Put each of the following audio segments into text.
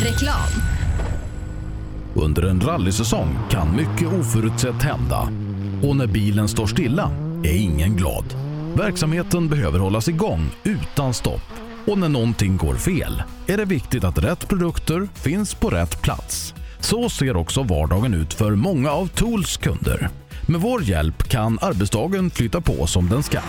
Reklam. Under en rallysäsong kan mycket oförutsett hända. Och när bilen står stilla är ingen glad. Verksamheten behöver hållas igång utan stopp. Och när någonting går fel är det viktigt att rätt produkter finns på rätt plats. Så ser också vardagen ut för många av Tools kunder. Med vår hjälp kan arbetsdagen flytta på som den ska.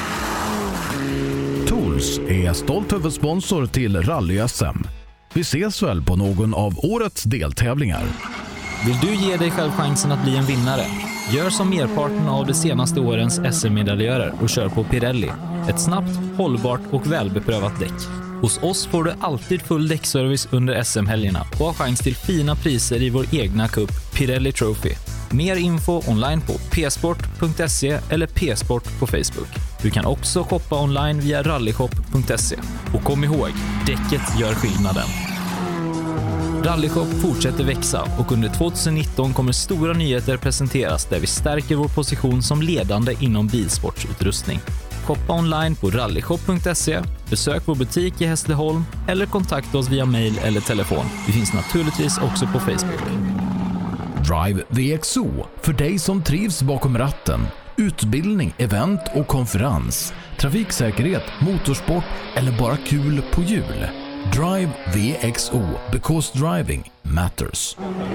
Tools är stolt huvudsponsor till Rally-SM. Vi ses väl på någon av årets deltävlingar. Vill du ge dig själv chansen att bli en vinnare? Gör som merparten av de senaste årens SM-medaljörer och kör på Pirelli. Ett snabbt, hållbart och välbeprövat däck. Hos oss får du alltid full däckservice under SM-helgerna och har chans till fina priser i vår egna cup Pirelli Trophy. Mer info online på psport.se eller psport på Facebook. Du kan också shoppa online via rallyshop.se. Och kom ihåg, däcket gör skillnaden. Rallyshop fortsätter växa och under 2019 kommer stora nyheter presenteras där vi stärker vår position som ledande inom bilsportsutrustning. Shoppa online på rallyshop.se, besök vår butik i Hässleholm eller kontakta oss via mail eller telefon. Vi finns naturligtvis också på Facebook. Drive VXO för dig som trivs bakom ratten. Utbildning, event och konferens. Trafiksäkerhet, motorsport eller bara kul på hjul. Drive VXO because driving matters.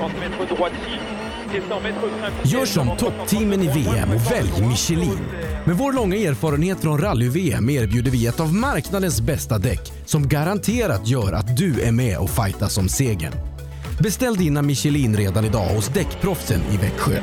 Gör som toppteamen i VM och välj Michelin. Med vår långa erfarenhet från rally-VM erbjuder vi ett av marknadens bästa däck som garanterat gör att du är med och fightas om segern. Beställ dina Michelin redan idag hos Däckproffsen i Växjö.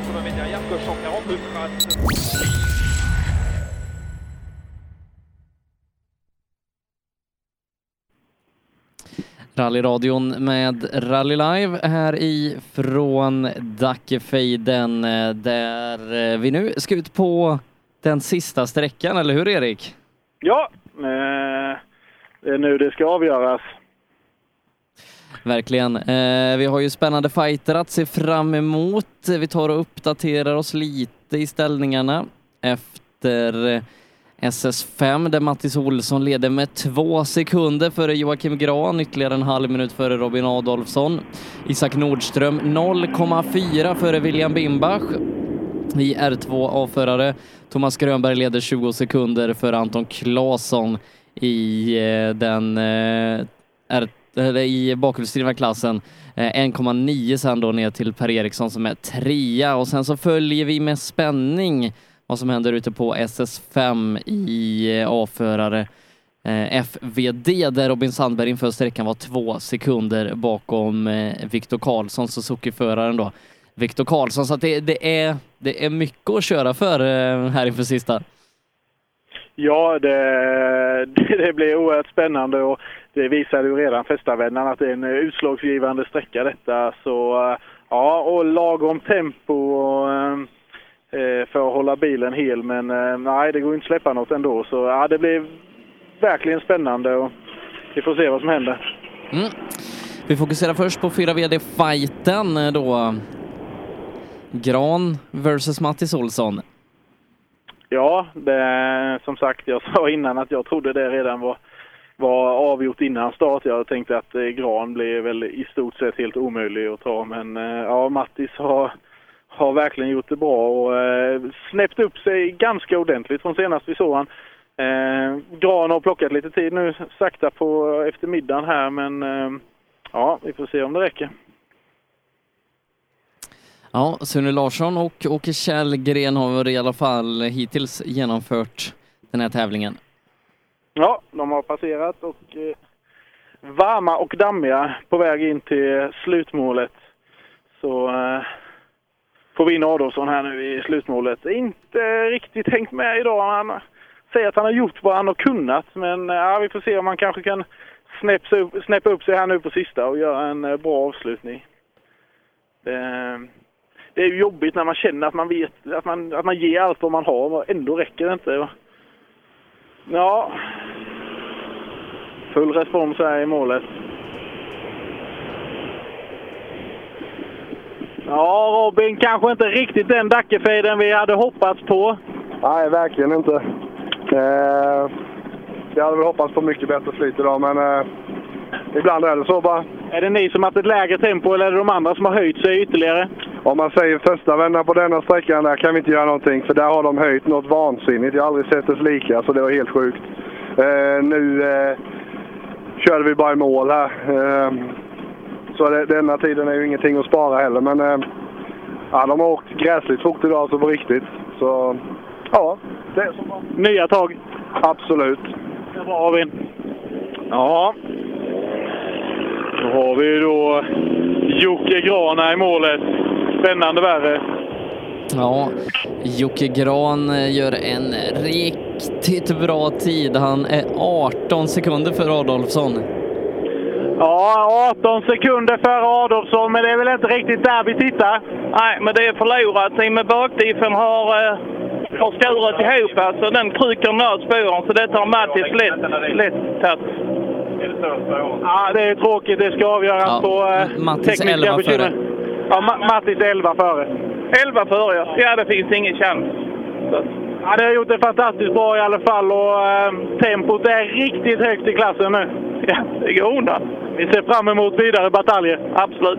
Rallyradion med Rally Live här ifrån Dackefejden där vi nu ska ut på den sista sträckan, eller hur Erik? Ja, det är nu det ska avgöras. Verkligen. Vi har ju spännande fighter att se fram emot. Vi tar och uppdaterar oss lite i ställningarna efter SS5 där Mattis Olsson leder med 2 sekunder före Joakim Gran, ytterligare en halv minut före Robin Adolfsson. Isak Nordström 0,4 före William Bimbach i R2 avförare. Thomas Grönberg leder 20 sekunder före Anton Claesson i den i bakhjulsdrivna klassen. 1,9 sen då ner till Per Eriksson som är 3. Och sen så följer vi med spänning vad som händer ute på SS5 i avförare FVD där Robin Sandberg inför sträckan var 2 sekunder bakom Viktor Karlsson, Suzuki-föraren då. Viktor Karlsson, så att det är mycket att köra för här inför sista. Ja, det blir oerhört spännande och det visade ju redan festavändan att det är en utslagsgivande sträcka detta. Så ja, och lagom tempo och, för att hålla bilen hel, men nej, det går inte att släppa något ändå. Så ja, det blir verkligen spännande och vi får se vad som händer. Vi fokuserar först på 4VD-fighten då. Gran versus Mattis Olsson. Ja, som sagt, jag sa innan att jag trodde det redan var avgjort innan start. Jag tänkte att Gran blev väl i stort sett helt omöjlig att ta. Men ja, Mattis har verkligen gjort det bra och snäppt upp sig ganska ordentligt från senast vi såg han. Gran har plockat lite tid nu sakta på eftermiddagen här, men ja, vi får se om det räcker. Ja, Sune Larsson och Åke Källgren har i alla fall hittills genomfört den här tävlingen. Ja, de har passerat och varma och dammiga på väg in till slutmålet. Så får vi in Adolfsson här nu i slutmålet. Inte riktigt hängt med idag. Han säger att han har gjort vad han har kunnat, men ja, vi får se om man kanske kan snäppa upp sig här nu på sista och göra en bra avslutning. Det är ju jobbigt när man känner att man vet att man ger allt vad man har och ändå räcker det inte. Ja, full respons här i målet. Ja, Robin, kanske inte riktigt den Dackefejden vi hade hoppats på. Nej, verkligen inte. Jag hade väl hoppats på mycket bättre flyt idag, men ibland är det så bara. Är det ni som har haft ett lägre tempo eller är det de andra som har höjt sig ytterligare? Om man säger första vändan på denna sträckan, där kan vi inte göra någonting. För där har de höjt något vansinnigt. Jag har aldrig sett det lika, så det var helt sjukt. Nu körde vi bara i mål här. Så denna tiden är ju ingenting att spara heller. Men ja, de har åkt gräsligt fort idag, så på riktigt. Så ja, det är som bra. Nya tag? Absolut. Det är bra, Arvin. Ja. Då har vi då Jocke Gran här i målet. Spännande värre. Ja, Jocke Gran gör en riktigt bra tid. Han är 18 sekunder för Adolfsson. Ja, 18 sekunder för Adolfsson, men det är väl inte riktigt där vi tittar. Nej, men det är förlorat. Teamet bakdiffen har skurit ihop. Alltså den krycker ner spåren, så det tar Mattis lätt tätt. Ja, det är tråkigt. Det ska avgöras på Mattis tekniska 11 bekymmer. före. Ja, Mattis 11 före. 11 före, ja. Ja, det finns ingen chans. Ja, det har gjort det fantastiskt bra i alla fall och tempot är riktigt högt i klassen nu. Ja, det går undan. Vi ser fram emot vidare bataljer. Absolut.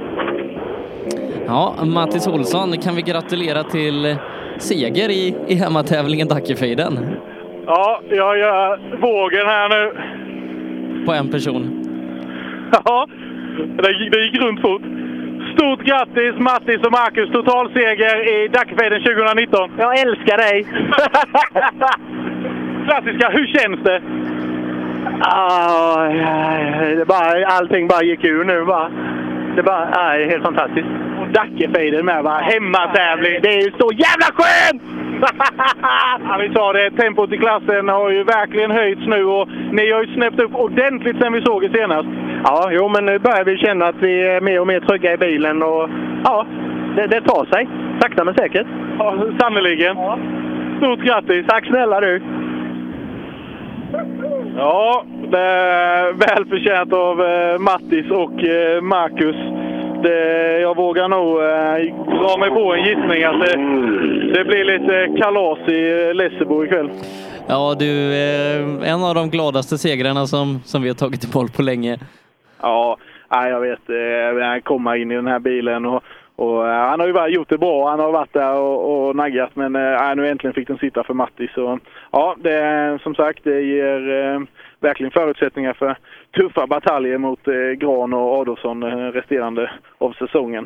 Ja, Mattis Olsson kan vi gratulera till seger i hemmatävlingen Dackefejden. Ja, jag gör vågen här nu. På en person. Ja, det gick runt fort. Stort grattis Mattis och Marcus, totalseger i Dackefejden 2019. Jag älskar dig! Klassiska, hur känns det? Allting bara gick ur nu va. Det är helt fantastiskt. Och Dackefejden med va, hemmatävling. Det är ju så jävla skönt! Ja, vi sa det, tempot i klassen har ju verkligen höjts nu och ni har ju snäppt upp ordentligt sen vi såg er senast. Ja, jo, men nu börjar vi känna att vi är mer och mer trygga i bilen och ja, det tar sig. Sakta men säkert. Ja, sannoliken. Ja. Stort grattis. Tack snälla du. Ja, det är välförtjänt av Mattis och Marcus. Jag vågar nog dra mig på en gissning att det blir lite kalas i Lessebo ikväll. Ja, du är en av de gladaste segrarna som vi har tagit i boll på länge. Ja, jag vet. Han kommer in i den här bilen och han har ju gjort det bra. Han har varit där och naggat, men nu äntligen fick den sitta för Mattis. Så, ja, som sagt, det ger verkligen förutsättningar för tuffa bataljer mot Gran och Adolfsson resterande av säsongen.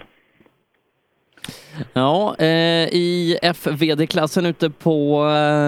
Ja, i FVD-klassen ute på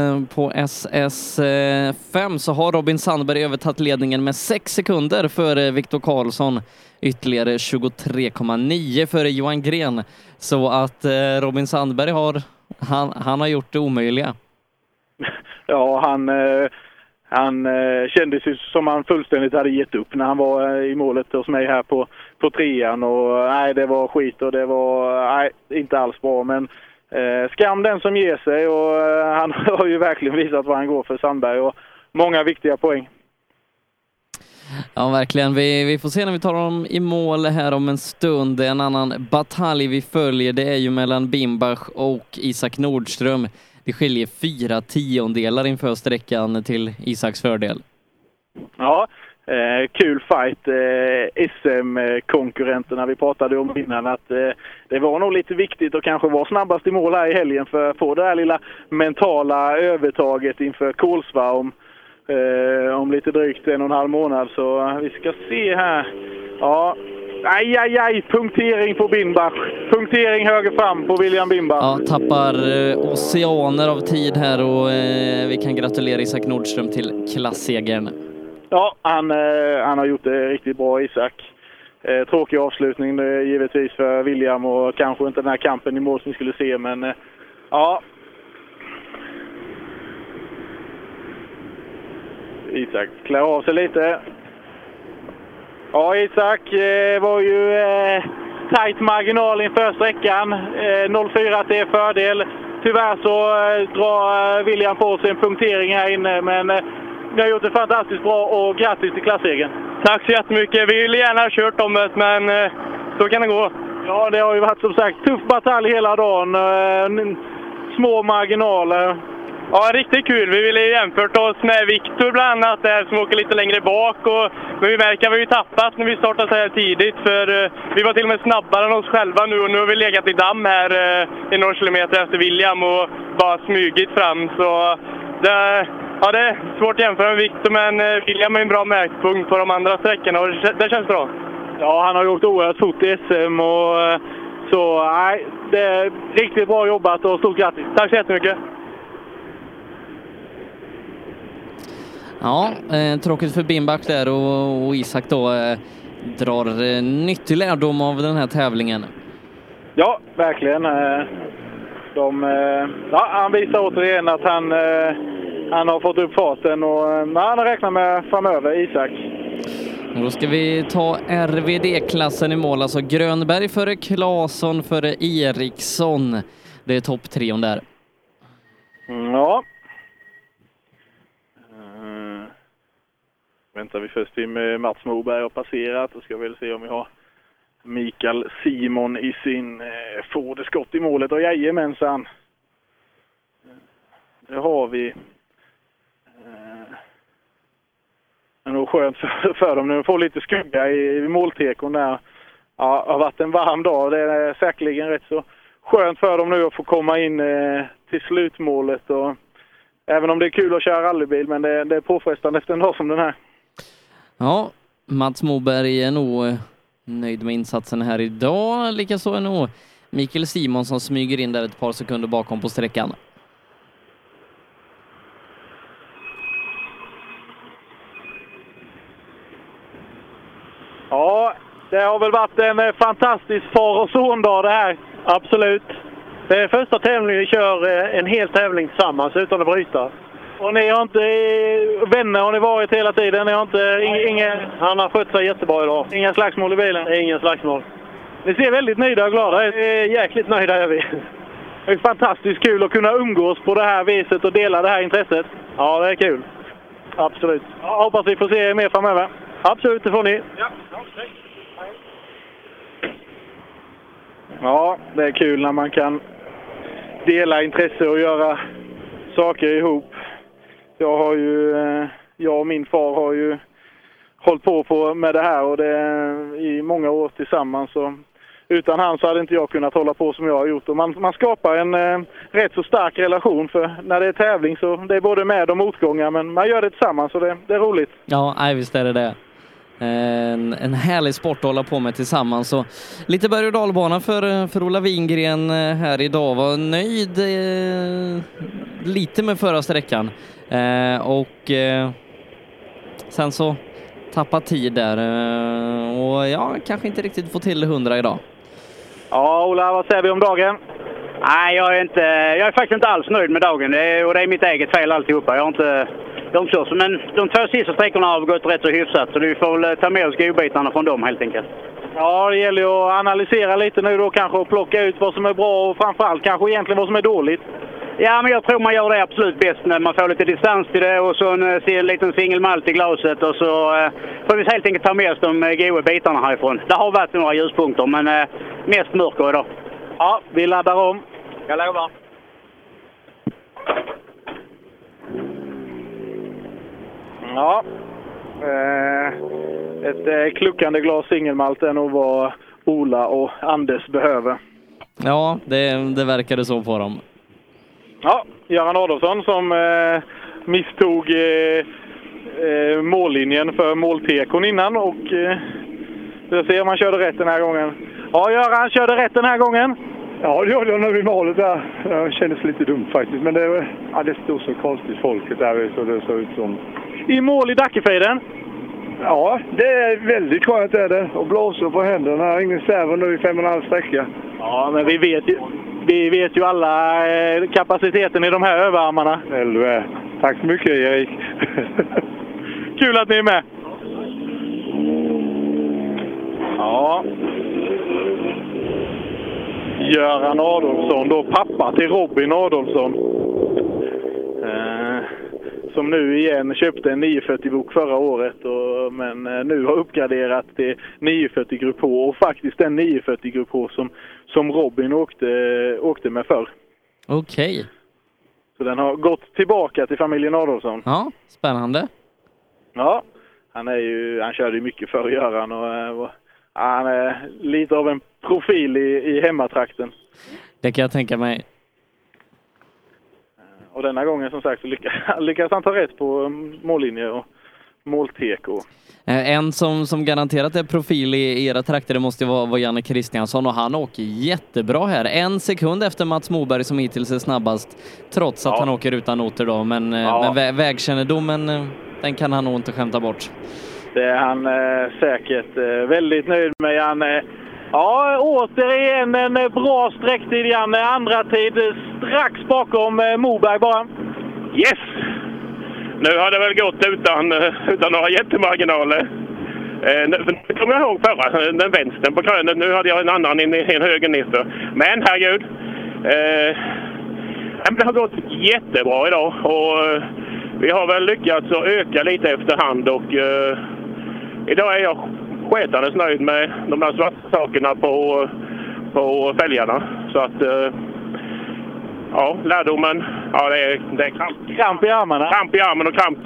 SS5 så har Robin Sandberg övertagit ledningen med 6 sekunder före Viktor Karlsson, ytterligare 23,9 före Johan Gren. Så att Robin Sandberg har gjort det omöjliga. Ja, han kändes ju som han fullständigt hade gett upp när han var i målet hos mig här på trean. Och nej, det var skit och det var inte alls bra. Men skam den som ger sig, och han har ju verkligen visat vad han går för, Sandberg, och många viktiga poäng. Ja, verkligen. Vi får se när vi tar dem i mål här om en stund. En annan batalj vi följer, det är ju mellan Bimbach och Isak Nordström. Det skiljer 4/10 inför sträckan till Isaks fördel. Ja, kul fight. SM-konkurrenterna vi pratade om innan, att det var nog lite viktigt att kanske vara snabbast i mål här i helgen för att få det här lilla mentala övertaget inför Kolsva om lite drygt 1,5 månad. Så vi ska se här. Ja, punktering på Bimbach. Punktering höger fram på William Bimbach. Ja, tappar oceaner av tid här och vi kan gratulera Isak Nordström till klassegern. Ja, han har gjort det riktigt bra, Isak. Tråkig avslutning givetvis för William och kanske inte den här kampen i mål som vi skulle se, men ja. Isak klär av sig lite. Ja, Isak var ju tajt marginal inför sträckan. 0,4 till fördel. Tyvärr så drar William på sig en punktering här inne, men ni har gjort det fantastiskt bra och grattis till klassegen. Tack så jättemycket. Vi vill gärna ha kört om det, men så kan det gå. Ja, det har ju varit som sagt tuff batalj hela dagen. Små marginaler. Ja, riktigt kul. Vi ville jämfört oss med Viktor bland annat där som åker lite längre bak. Men vi märker att vi har tappat när vi startade så här tidigt. För vi var till och med snabbare än oss själva nu. Och nu har vi legat i damm här i några kilometer efter William och bara smugit fram. Så det är svårt att jämföra med Viktor, men William är en bra märkpunkt på de andra sträckorna och det känns bra. Ja, han har gjort oerhört fort i SM och så nej, det är riktigt bra jobbat och stort grattis. Tack så jättemycket. Ja, tråkigt för Bimbach där och Isak då drar nyttig lärdom av den här tävlingen. Ja, verkligen. Han visar återigen att han har fått upp farten och han har räknat med framöver, Isak. Och då ska vi ta RVD-klassen i mål, alltså Grönberg före Claesson före Eriksson. Det är topp 3 där. Ja. Väntar vi först med Mats Moberg har passerat och ska väl se om vi har Mikael Simon i sin skott i målet. Och jajamensan. Det har vi. Det är nog skönt för dem nu. Får lite skugga i måltekon där. Ja, det har varit en varm dag. Det är säkerligen rätt så skönt för dem nu att få komma in till slutmålet. Och, även om det är kul att köra rallybil, men det är påfrestande efter en dag som den här. Ja, Mats Moberg är nog nöjd med insatsen här idag. Likaså är nog Mikael Simon som smyger in där ett par sekunder bakom på sträckan. Ja, det har väl varit en fantastisk far- och sondag det här. Absolut. Det är första tävlingen vi kör en hel tävling tillsammans utan att bryta. Och ni har inte vänner har ni varit hela tiden? Ni har inte Han har skött sig jättebra idag. Inga slagsmål i bilen? Ingen slagsmål. Ni ser väldigt nöjda och glada ut. Jäkligt nöjda är vi. Det är fantastiskt kul att kunna umgås på det här viset och dela det här intresset. Ja, det är kul. Absolut. Ja, hoppas vi får se mer framöver. Absolut, det får ni. Ja, det är kul när man kan dela intresse och göra saker ihop. Jag och min far har ju hållit på med det här och det i många år tillsammans. Och utan han så hade inte jag kunnat hålla på som jag har gjort. Och man skapar en rätt så stark relation, för när det är tävling så det är både med och motgångar, men man gör det tillsammans och det är roligt. Ja, visst är det. En härlig sport att hålla på med tillsammans. Så lite berg- och dalbana för Ola Wingren här idag. Var nöjd lite med förra sträckan. Och sen så tappa tid där. Och ja, kanske inte riktigt få till 100 idag. Ja, Ola, vad säger vi om dagen? Nej, jag är faktiskt inte alls nöjd med dagen. Det är mitt eget fel alltihopa. Jag har inte kört, men de 2 sista sträckorna har gått rätt så hyfsat. Så vi får väl ta med oss godbitarna från dem helt enkelt. Ja, det gäller ju att analysera lite nu då kanske och plocka ut vad som är bra och framförallt kanske egentligen vad som är dåligt. Ja, men jag tror man gör det absolut bäst när man får lite distans till det och så en liten singelmalt i glaset och så får vi helt enkelt ta med oss de goda bitarna härifrån. Det har varit några ljuspunkter, men mest mörker idag. Ja, vi laddar om. Jag lovar. Ja, ett kluckande glas singelmalt är nog vad Ola och Anders behöver. Ja, det verkade så på dem. Ja, Göran Adolfsson som misstog mållinjen för måltekon innan och vi ser om han körde rätt den här gången. Ja, Göran körde rätt den här gången. Ja, det gjorde jag nu i målet där. Det kändes lite dumt faktiskt, men det stod så konstigt folket där så det såg ut som... I mål i Dackefejden? Ja, det är väldigt skönt är det. Och blåser på händerna. Ingen servo nu i 5,5 sträcka. Ja, men vi vet ju alla kapaciteten i de här överarmarna. Helvete. Tack så mycket, Erik. Kul att ni är med. Ja. Göran Adolfsson, då pappa till Robin Adolfsson. Som nu igen köpte en 940-bok förra året men nu har uppgraderat till 940 Grupp H och faktiskt den 940 Grupp H som Robin åkte med förr. Okej. Så den har gått tillbaka till familjen Adolfsson. Ja, spännande. Ja, han körde ju mycket förr Göran och han är lite av en profil i hemmatrakten. Det kan jag tänka mig. Och denna gången som sagt så lyckas han ta rätt på mållinje och målteko. En som garanterat är profil i era trakter, det måste ju vara Janne Kristiansson, och han åker jättebra här. 1 sekund efter Mats Moberg som hittills är snabbast, trots att han åker utan noter då. Men vägkännedomen, den kan han nog inte skämta bort. Det är han säkert väldigt nöjd med, Janne. Ja, återigen en bra sträcktid, Janne. Andra tid strax bakom Moberg bara. Yes! Nu har det väl gått utan några jättemarginaler. Nu kommer jag ihåg förra, den vänstern på krönet. Nu hade jag en annan en höger nerför. Men herregud, det har gått jättebra idag. Och vi har väl lyckats att öka lite efterhand. Och idag är jag sketandes nöjd med de där svarta sakerna på fälgarna. Så att... Ja, lärdomen. Ja, det är kramp i armarna. Kramp i armen och kramp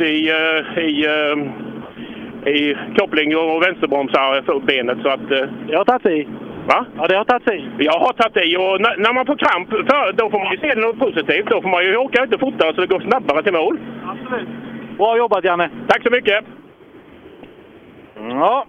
i koppling och vänsterbromsar för benet. Så att... Det har tagit i. Va? Ja, det har tagit i. Jag har tagit i, och när man får kramp, då får man ju se det något positivt. Då får man ju åka lite fortare så det går snabbare till mål. Absolut. Bra jobbat, Janne. Tack så mycket. Ja.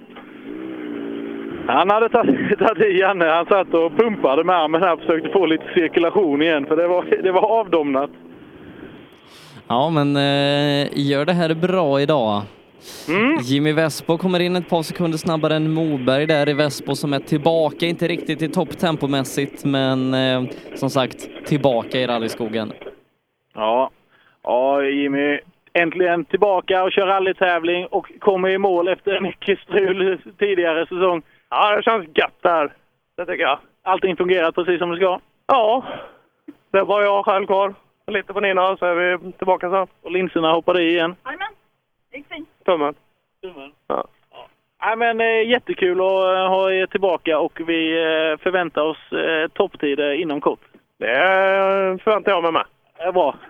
Han hade tagit i, Janne. Han satt och pumpade med armen här och försökte få lite cirkulation igen, för det var avdomnat. Ja, men gör det här bra idag. Jimmy Vespo kommer in ett par sekunder snabbare än Moberg där i Vespo, som är tillbaka, inte riktigt i topptempomässigt, men som sagt tillbaka i rallyskogen. Ja, Jimmy äntligen tillbaka och kör rallytävling och kommer i mål efter mycket strul tidigare säsong. Ja, det känns gött där. Det tycker jag. Allting fungerar precis som det ska? Ja, det var jag själv kvar. Lite på Nina, så är vi tillbaka sen. Och linserna hoppade i igen? Jajamän, det gick fint. Tummen. Ja. Ja, men jättekul att ha er tillbaka, och vi förväntar oss topptider inom kort. Det förväntar jag mig med. Det är bra.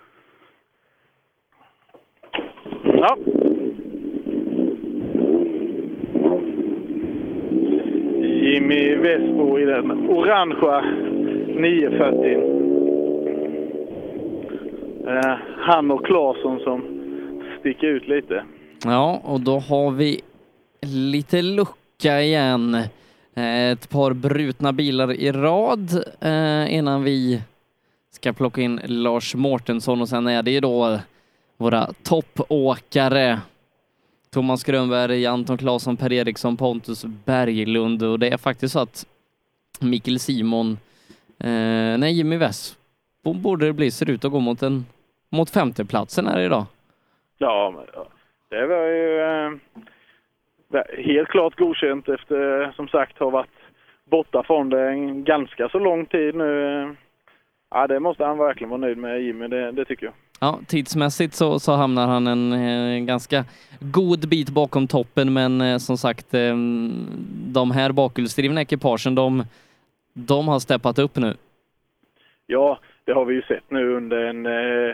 Ja. Jimmy Vespo i den orangea 940. Han och Claesson som sticker ut lite. Ja, och då har vi lite lucka igen. Ett par brutna bilar i rad innan vi ska plocka in Lars Mårtensson, och sen är det ju då våra toppåkare. Thomas Grönberg, Anton Claesson, Per Eriksson, Pontus Berglund, och det är faktiskt så att Mikael Simon, Jimmy Vespo borde ser ut att gå mot femteplatsen här idag. Ja, det var ju helt klart godkänt efter, som sagt, har varit borta från det en ganska så lång tid nu. Ja, det måste han verkligen vara nöjd med, Jimmy, det tycker jag. Ja, tidsmässigt så hamnar han en ganska god bit bakom toppen, men som sagt, de här bakhjulsdrivna ekipagen, de har steppat upp nu. Ja, det har vi ju sett nu under en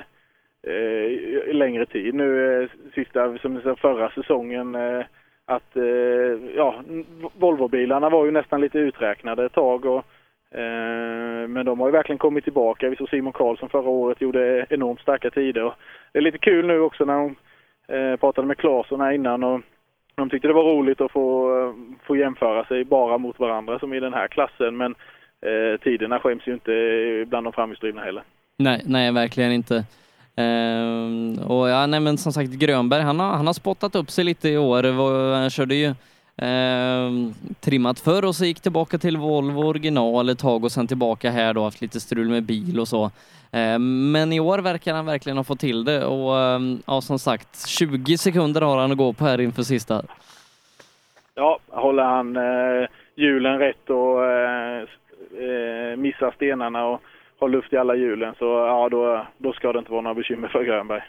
längre tid nu, sista, som ni sa, förra säsongen, att Volvo-bilarna var ju nästan lite uträknade ett tag, och men de har ju verkligen kommit tillbaka. Vi såg Simon Karlsson förra året gjorde enormt starka tider, och det är lite kul nu också när de pratade med Claesson här innan, och de tyckte det var roligt att få jämföra sig bara mot varandra som i den här klassen, men tiderna skäms ju inte bland de framhjulsdrivna heller. Nej, verkligen inte. Och ja, nej, men som sagt, Grönberg, han har spottat upp sig lite i år. Han körde ju trimmat förr och så gick tillbaka till Volvo original ett tag, och sen tillbaka här då, haft lite strul med bil och så. Men i år verkar han verkligen ha fått till det, och ja, som sagt, 20 sekunder har han att gå på här inför sista. Ja, håller han hjulen rätt och missar stenarna och har luft i alla hjulen, så ja, då ska det inte vara några bekymmer för Grönberg.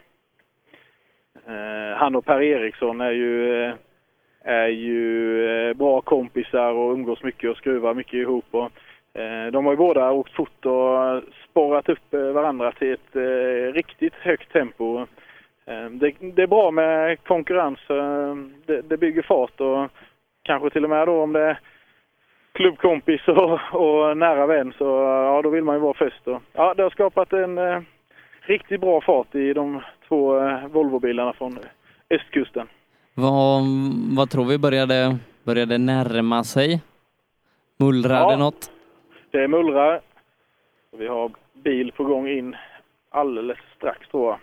Han och Per Eriksson är ju bra kompisar och umgås mycket och skruvar mycket ihop, och De har ju båda åkt fort och spårat upp varandra till ett riktigt högt tempo. Det är bra med konkurrens. Det bygger fart och kanske till och med då om det är klubbkompis och nära vän så ja, då vill man ju vara först. Ja, det har skapat en riktigt bra fart i de 2 Volvo-bilarna från östkusten. Vad tror vi började närma sig? Mullrar det något? Det mullrar. Vi har bil på gång in alldeles strax tror jag.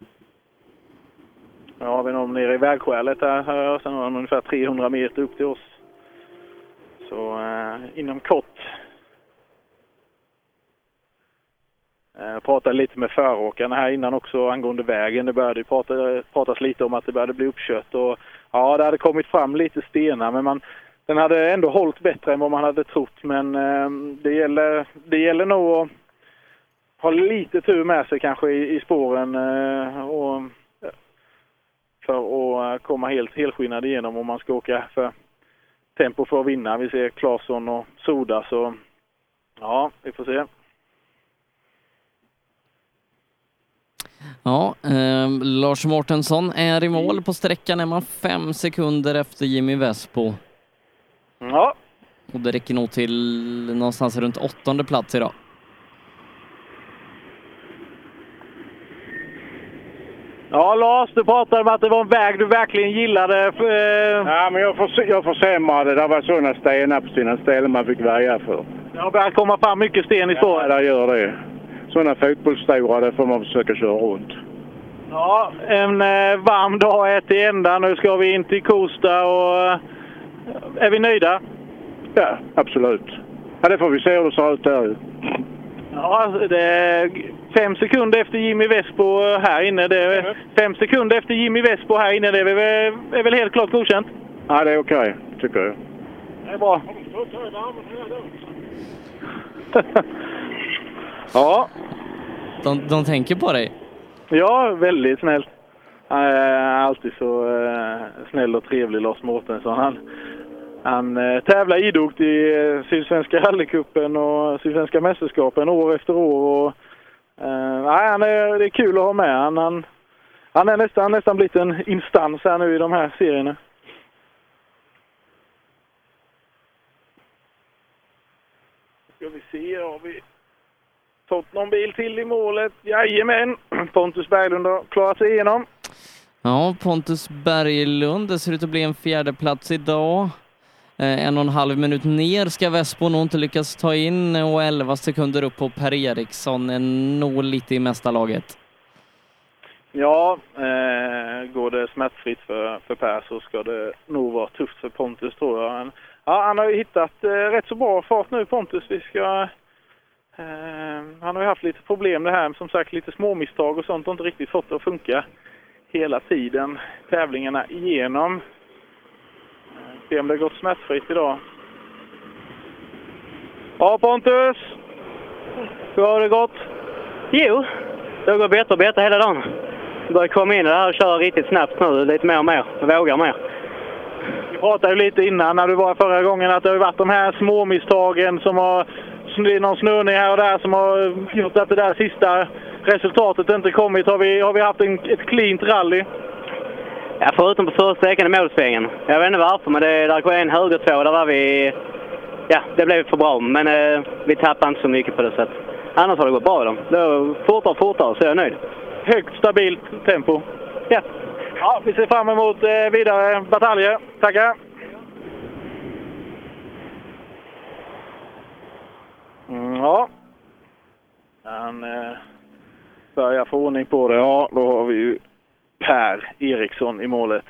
Nu har vi någon nere i vägskälet här. Sen har de ungefär 300 meter upp till oss. Så inom kort. Jag pratade lite med föråkarna här innan också angående vägen. Det började pratas lite om att det började bli uppkört. Och, ja, det hade kommit fram lite stenar men den hade ändå hållit bättre än vad man hade trott. Men det gäller nog att ha lite tur med sig kanske i spåren. För att komma helskinnad igenom om man ska åka för tempo för att vinna. Vi ser Claesson och Soda så ja, vi får se. Ja, Lars Mårtensson är i mål på sträckan. Är man 5 sekunder efter Jimmy Vespo. Ja. Och det räcker nog till någonstans runt 8:e plats idag. Ja, Lars, du pratade om att det var en väg du verkligen gillade. Ja, men jag försämrade. Det var sådana stenar på sina ställen man fick väja för. Det har börjat komma fram mycket sten i spåret. Ja, det gör det. Sådana fotbollsstora, det får man försöka köra runt. Ja, en varm dag är till ända. Nu ska vi in till Kosta och är vi nöjda? Ja, absolut. Ja, det får vi se hur det ser ut där. Ja, det är 5 sekunder efter Jimmy Vespo här inne. Det är 5 sekunder efter Jimmy Vespo här inne. Det är väl helt klart godkänt? Ja, det är okej, tycker jag. Det är bra. Ja. De tänker på dig? Ja, väldigt snällt. Han är alltid så snäll och trevlig, Lars Mårtensson. Han tävlar idogt i Sydsvenska rallycupen och Sydsvenska mästerskapen år efter år. Och, det är kul att ha med. Han är nästan blivit en instans här nu i de här serierna. Ska vi se, har vi fått någon bil till i målet? Jajamän, Pontus Berglund har klarat sig igenom. Ja, Pontus Berglund, det ser ut att bli en 4:e plats idag. 1,5 minut ner ska Vespo nog inte lyckas ta in och 11 sekunder upp på Per Eriksson, är nog lite i mästarlaget. Ja, går det smärtfritt för Per så ska det nog vara tufft för Pontus tror jag. Han har ju hittat rätt så bra fart nu Pontus. Han har ju haft lite problem det här, som sagt lite små misstag och sånt och inte riktigt fått det att funka hela tiden. Tävlingarna igenom. Se om det har gått smärtfritt idag. Ja Pontus! Hur har det gått? Jo, det går bättre och bättre hela dagen. Jag börjar komma in i det här och köra riktigt snabbt nu, lite mer och mer. Jag vågar mer. Vi pratade ju lite innan när du var förra gången att det har varit de här små misstagen som har någon snurrning här och där som har gjort att det där sista resultatet inte kommit. Har vi haft ett cleant rally? Ja, förutom på första sträckan i målsvängen. Jag vet inte varför, men där var en höger 2. Där var vi... Ja, det blev för bra, men vi tappade inte så mycket på det sättet. Annars har det gått bra då. Det var fortare, så jag är nöjd. Högt stabilt tempo. Ja. Ja, vi ser fram emot vidare bataljer. Tackar! Ja. Han börjar få ordning på det. Ja, då har vi ju Per Eriksson i målet.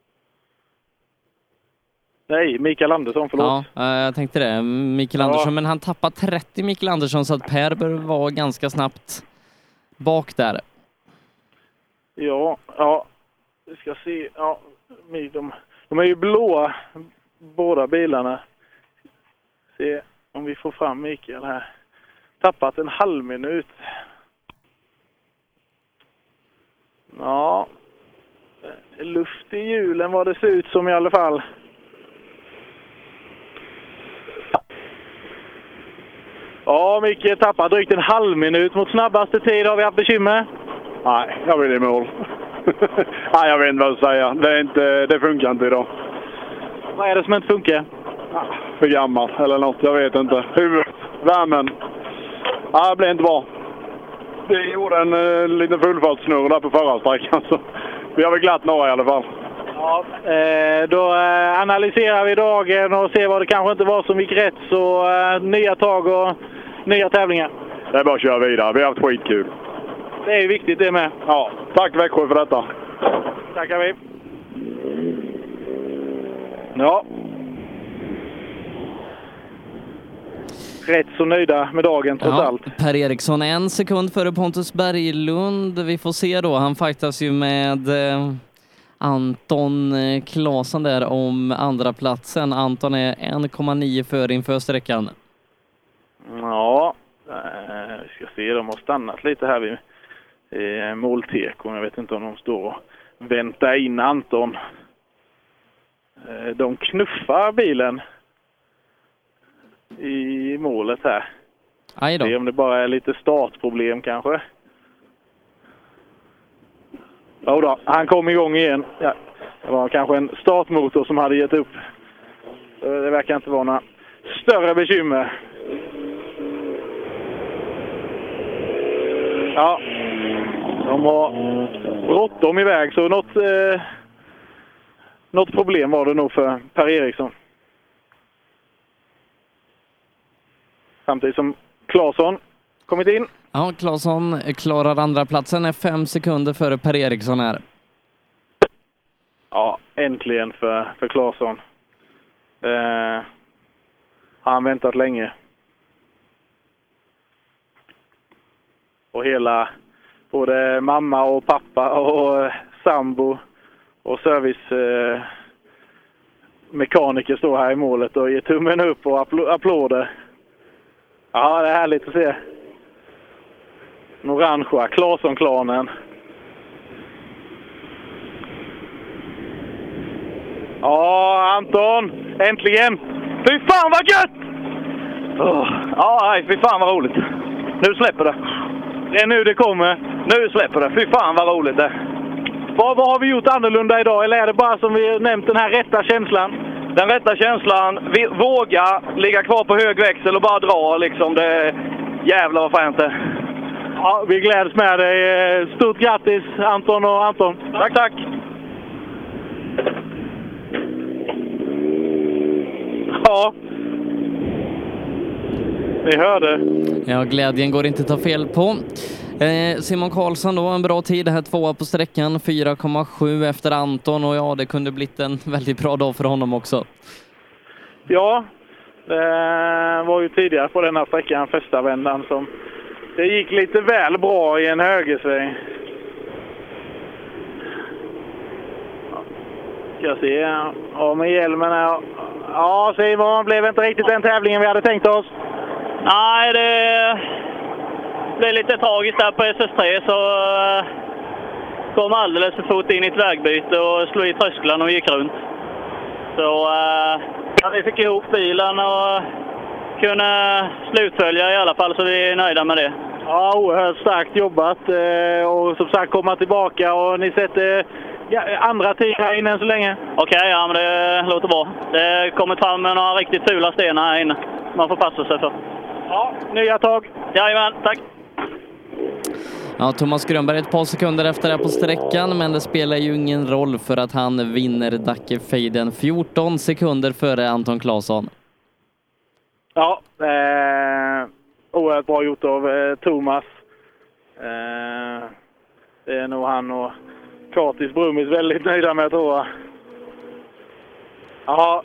Nej, Mikael Andersson, förlåt. Ja, jag tänkte det. Mikael Andersson, men han tappar 30 Mikael Andersson så att Per bör vara ganska snabbt bak där. Ja, vi ska se. Ja, de är ju blåa, båda bilarna. Se om vi får fram Mikael här. Tappat en halv minut. Ja, luft i hjulen vad det ser ut som i alla fall. Ja, Micke tappar drygt en halv minut mot snabbaste tid. Har vi haft bekymmer? Nej, jag vill i mål. Nej, jag vet inte vad jag säga. Det funkar inte idag. Vad är det som inte funkar? För gammal eller något, jag vet inte. Huvudet, värmen. Ja, det blev inte bra. Det gjorde en liten fullfartssnurr där på förra sträckan. Så vi har väl glatt några i alla fall. Ja, då analyserar vi dagen och ser vad det kanske inte var som gick rätt. Så nya tag och nya tävlingar. Det är bara att köra vidare. Vi har haft skitkul. Det är ju viktigt det med. Ja, tack Växjö för detta. Tackar vi. Ja. Rätt så nöjda med dagen trots allt. Per Eriksson 1 sekund före Pontus Berglund. Vi får se då. Han fightas ju med Anton Claesson där om andra platsen. Anton är 1,9 före inför sträckan. Ja, vi ska se. De har stannat lite här vid måltekon. Jag vet inte om de står och väntar in Anton. De knuffar bilen i målet här. Aj då. Se om det bara är lite startproblem kanske. Ja då, han kom igång igen. Ja, det var kanske en startmotor som hade gett upp. Det verkar inte vara några större bekymmer. Ja, de har bråttom iväg så något problem var det nog för Per Eriksson. Samtidigt som Claesson kommit in. Ja, Claesson klarar andra platsen, är 5 sekunder före Per Eriksson här. Ja, äntligen för Claesson. Har han väntat länge. Och hela, både mamma och pappa och sambo och servicemekaniker står här i målet och ger tummen upp och applåder. Ja, det är härligt att se. Den orangea Claesson-klanen. Ja, Anton! Äntligen! Fy fan vad gött! Ja, fy fan vad roligt. Nu släpper det. Det är nu det kommer. Nu släpper det. Fy fan vad roligt det. Vad har vi gjort annorlunda idag? Eller är det bara som vi nämnt den här rätta känslan? Den rätta känslan. Våga ligga kvar på hög växel och bara dra liksom. Det jävlar vad fint det. Ja, vi gläds med dig. Stort grattis Anton och Anton. Tack, tack. Ja. Ni hörde. Ja, glädjen går inte att ta fel på. Simon Karlsson då, en bra tid här, 2 på sträckan, 4,7 efter Anton och ja, det kunde blivit en väldigt bra dag för honom också. Ja, det var ju tidigare på den här sträckan, första vändan, som det gick lite väl bra i en högersväng. Ska jag se, ja med hjälmen här. Ja Simon, blev inte riktigt den tävlingen vi hade tänkt oss. Nej, det blev lite tragiskt där på SS3 så kom alldeles för fort in i ett vägbyte och slog i trösklarna och gick runt. Så ja, vi fick ihop bilen och kunde slutfölja i alla fall, så vi är nöjda med det. Ja, oerhört starkt jobbat och som sagt komma tillbaka och ni sätter andra tid här inne än så länge. Okej, ja men det låter bra. Det kommer fram med några riktigt fula stenar här inne. Man får passa sig för. Ja, nya tag. Jajamän, tack. Ja, Thomas Grönberg ett par sekunder efter det på sträckan, men det spelar ju ingen roll för att han vinner Dackefejden 14 sekunder före Anton Claesson. Ja, oerhört bra gjort av Thomas. Det är nog han och Katis Brummis väldigt nöjda med, tror jag. Ja,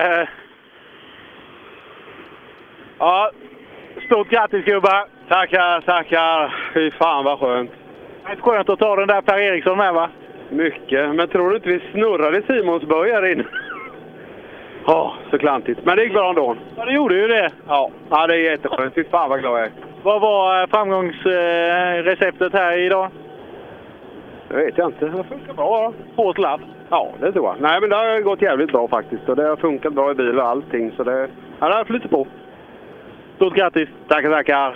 ja, stort grattis gubbar. Tackar, tackar. Fy fan vad skönt. Det är skönt att ta den där Per Eriksson med, va? Mycket, men tror du inte vi snurrade Simons börjar in? Ja, så klantigt. Men det gick bra ändå. Ja, det gjorde ju det. Ja, det är jätteskönt. Fy fan vad glad jag är. Vad var framgångsreceptet här idag? Det vet jag inte. Det funkar bra. Hårt ladd? Ja, det tror jag. Nej, men det har gått jävligt bra faktiskt. Och det har funkat bra i bil och allting. Så det har flyttat på. Stort grattis! Tackar!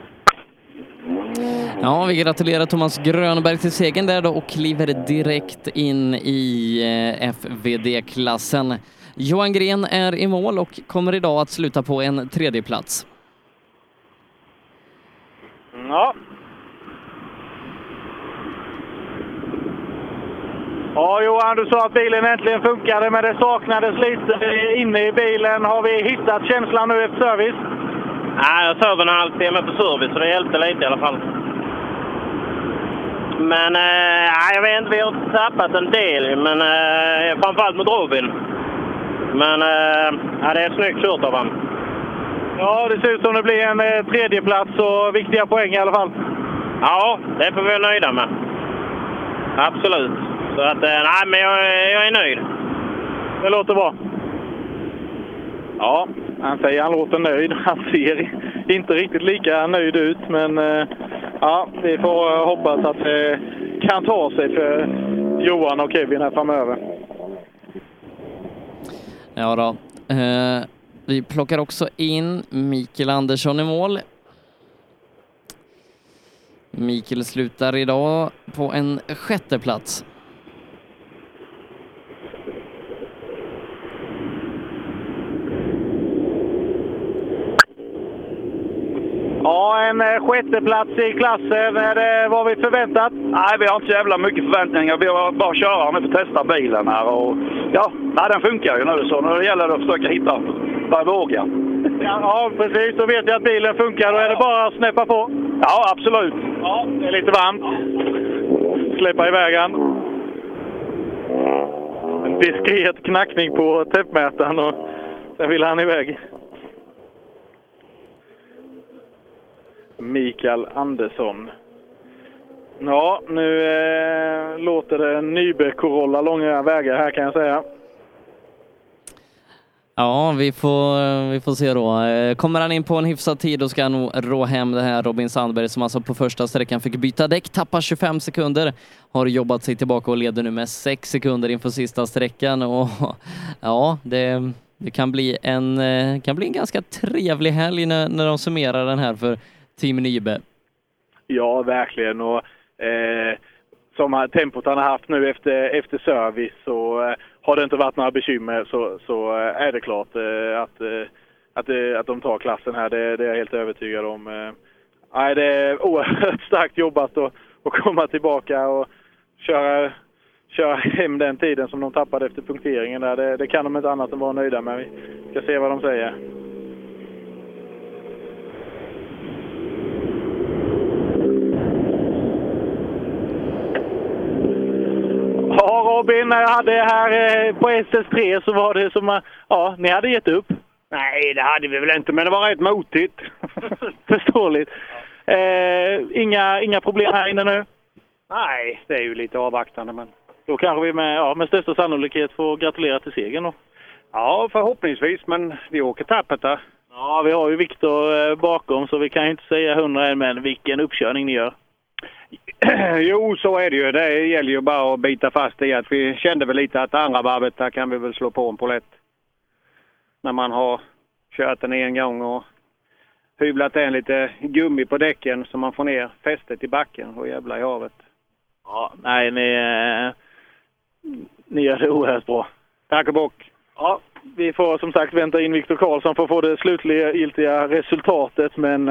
Ja, vi gratulerar Thomas Grönberg till segern där då och kliver direkt in i FVD-klassen. Johan Gren är i mål och kommer idag att sluta på en tredje plats. Ja. Ja, Johan, du sa att bilen äntligen funkade, men det saknades lite inne i bilen. Har vi hittat känslan nu efter service? Nej, jag sov en halvtimme på service, så det hjälpte lite i alla fall. Men jag vet inte, vi har tappat en del, men framförallt mot Robin. Men det är snyggt kört av han. Ja, det ser ut som det blir en tredje plats och viktiga poäng i alla fall. Ja, det får vi vara nöjda med. Absolut. Så att, nej, men jag är nöjd. Det låter bra. Ja, han säger han låter nöjd. Han ser inte riktigt lika nöjd ut, men ja, vi får hoppas att det kan ta sig för Johan och Kevin här framöver. Ja då. Vi plockar också in Mikael Andersson i mål. Mikael slutar idag på en sjätte plats. Ja, en sjätte plats i klassen. Är det vad vi förväntat? Nej, vi har inte så jävla mycket förväntningar. Vi har bara köra nu för att testa bilen här. Och, ja, den funkar ju nu. Så nu gäller det att försöka hitta bara våga. Ja, precis. Då vet jag att bilen funkar. Då är det bara att snäppa på. Ja, absolut. Ja, det är lite varmt. Släppa iväg han. En diskret knackning på täppmätaren och sen vill han iväg. Mikael Andersson. Ja, nu låter det Nybe Corolla långa vägar här kan jag säga. Ja, vi får se då. Kommer han in på en hyfsad tid då ska han nog rå hem det här. Robin Sandberg som alltså på första sträckan fick byta däck, tappar 25 sekunder. Har jobbat sig tillbaka och leder nu med 6 sekunder inför sista sträckan. Och ja, det kan bli en ganska trevlig helg när de summerar den här för Team Nybe. Ja, verkligen. Och som tempot han har haft nu efter service så har det inte varit några bekymmer så är det klart att de tar klassen här. Det är jag helt övertygad om. Det är oerhört starkt jobbat att komma tillbaka och köra hem den tiden som de tappade efter punkteringen där. Det kan de inte annat än vara nöjda med. Vi ska se vad de säger. Ja, Robin, när jag hade här på SS3 så var det som att ni hade gett upp. Nej, det hade vi väl inte, men det var rätt motigt. Förståeligt. Inga problem här inne nu? Nej, det är ju lite avvaktande, men då kanske vi med största sannolikhet får gratulera till segern då. Ja, förhoppningsvis, men vi åker tappet där. Ja, vi har ju Viktor bakom så vi kan ju inte säga 100 än, men vilken uppkörning ni gör. Jo, så är det ju. Det gäller ju bara att bita fast i att vi kände väl lite att andra varvet där kan vi väl slå på en polett. När man har kört den en gång och hyvlat en lite gummi på däcken så man får ner fästet i backen och jävla i havet. Ja, nej, ni gör det oerhört bra. Tack och bock. Ja, vi får som sagt vänta in Viktor Karlsson för att få det slutliga giltiga resultatet, men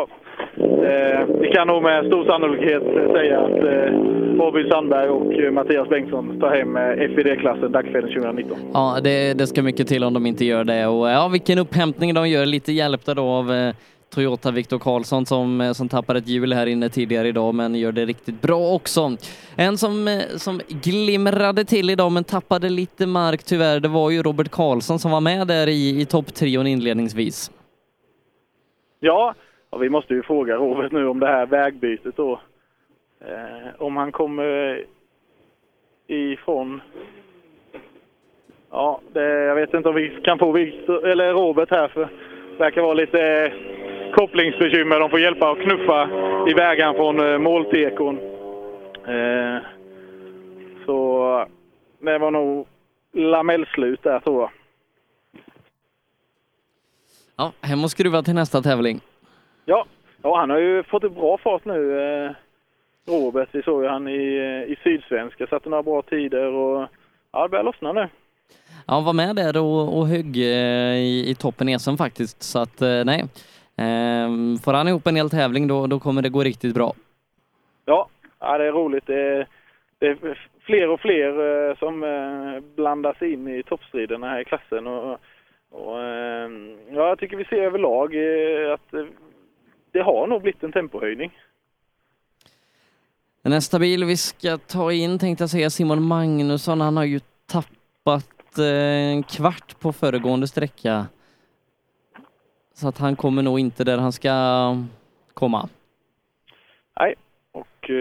vi kan nog med stor sannolikhet säga att Robin Sandberg och Mattias Bengtsson tar hem FVD-klassen Dagsfällen 2019. Ja, det ska mycket till om de inte gör det. Och ja, vilken upphämtning de gör. Lite hjälpta då av Toyota Viktor Karlsson som tappade ett hjul här inne tidigare idag, men gör det riktigt bra också. En som glimrade till idag men tappade lite mark tyvärr, det var ju Robert Karlsson som var med där i topptrion inledningsvis. Ja, vi måste ju fråga Robert nu om det här vägbytet då. Om han kommer ifrån... Ja, jag vet inte om vi kan få Victor, eller Robert här, för det verkar vara lite kopplingsbekymmer. De får hjälpa att knuffa i vägen från måltekon. Så det var nog lamellslut där, tror jag. Ja, hem och skruva till nästa tävling. Ja, han har ju fått en bra fart nu, Robert. Vi såg ju han i Sydsvenska, satte några bra tider och ja, det börjar lossna nu. Ja, han var med där och högg i toppen i SM faktiskt, så att nej. Får han ihop en hel tävling då kommer det gå riktigt bra. Ja, det är roligt. Det är fler och fler som blandas in i toppstriderna här i klassen och jag tycker vi ser överlag att det har nog blivit en tempohöjning. Nästa bil vi ska ta in tänkte jag säga Simon Magnusson. Han har ju tappat en kvart på föregående sträcka. Så att han kommer nog inte där han ska komma. Nej, och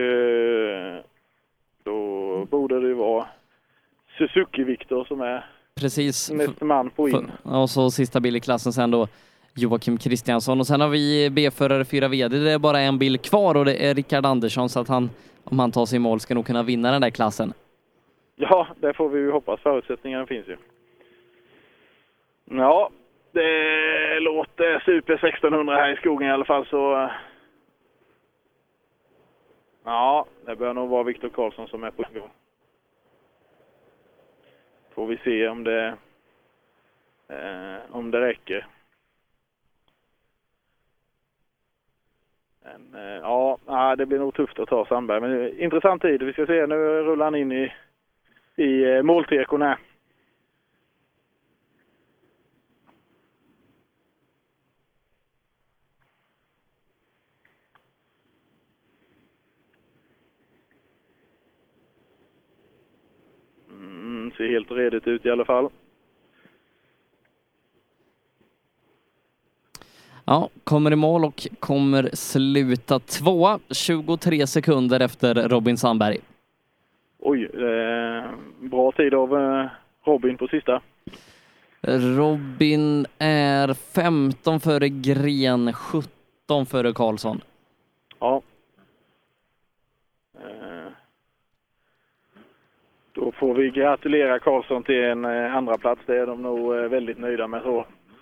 då borde det vara Suzuki-Viktor som är precis nästa man på in. Och så sista bil i klassen sen då Joakim Kristiansson. Och sen har vi B-förare 4 VD. Det är bara en bil kvar och det är Rickard Andersson, så att han, om han tar sig i mål, ska nog kunna vinna den där klassen. Ja, det får vi ju hoppas. Förutsättningarna finns ju. Ja, det låter super 1600 här i skogen i alla fall, så ja, det bör nog vara Viktor Karlsson som är på gång. Får vi se om det räcker. Men, ja, det blir nog tufft att ta Sandberg. Men intressant tid. Vi ska se, nu rullar han in i måltekon här. Ser helt redigt ut i alla fall. Ja, kommer i mål och kommer sluta 2, 23 sekunder efter Robin Sandberg. Oj, bra tid av Robin på sista. Robin är 15 före Gren, 17 före Karlsson. Ja. Då får vi gratulera Karlsson till en andra plats. Det är de nog väldigt nöjda med så.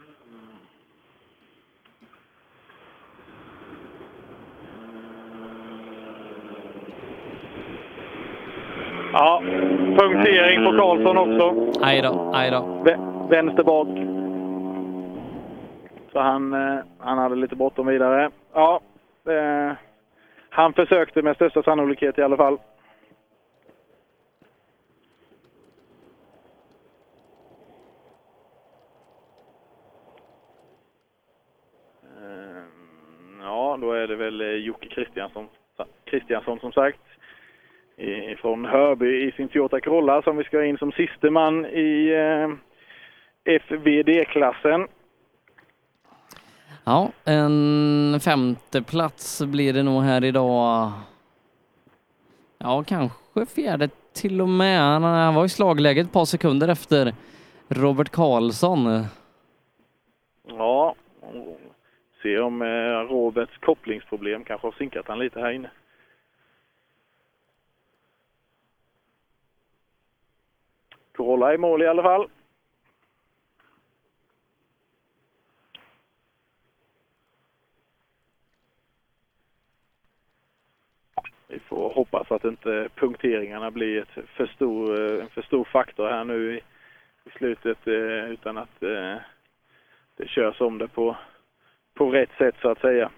Ja, punktering på Karlsson också. Aj då. Vänster bak. Så han hade lite bråttom vidare. Ja, han försökte med största sannolikhet i alla fall. Ja, då är det väl Jocke Kristiansson som sagt. Från Hörby i sin Toyota Corolla som vi ska in som siste man i FVD-klassen. Ja, en femte plats blir det nog här idag. Ja, kanske fjärde till och med. Han var i slagläget ett par sekunder efter Robert Karlsson. Ja, se om Roberts kopplingsproblem kanske har sinkat han lite här inne. Corolla i mål i alla fall. Vi får hoppas att inte punkteringarna blir en för stor faktor här nu i slutet, utan att det körs om det på rätt sätt så att säga.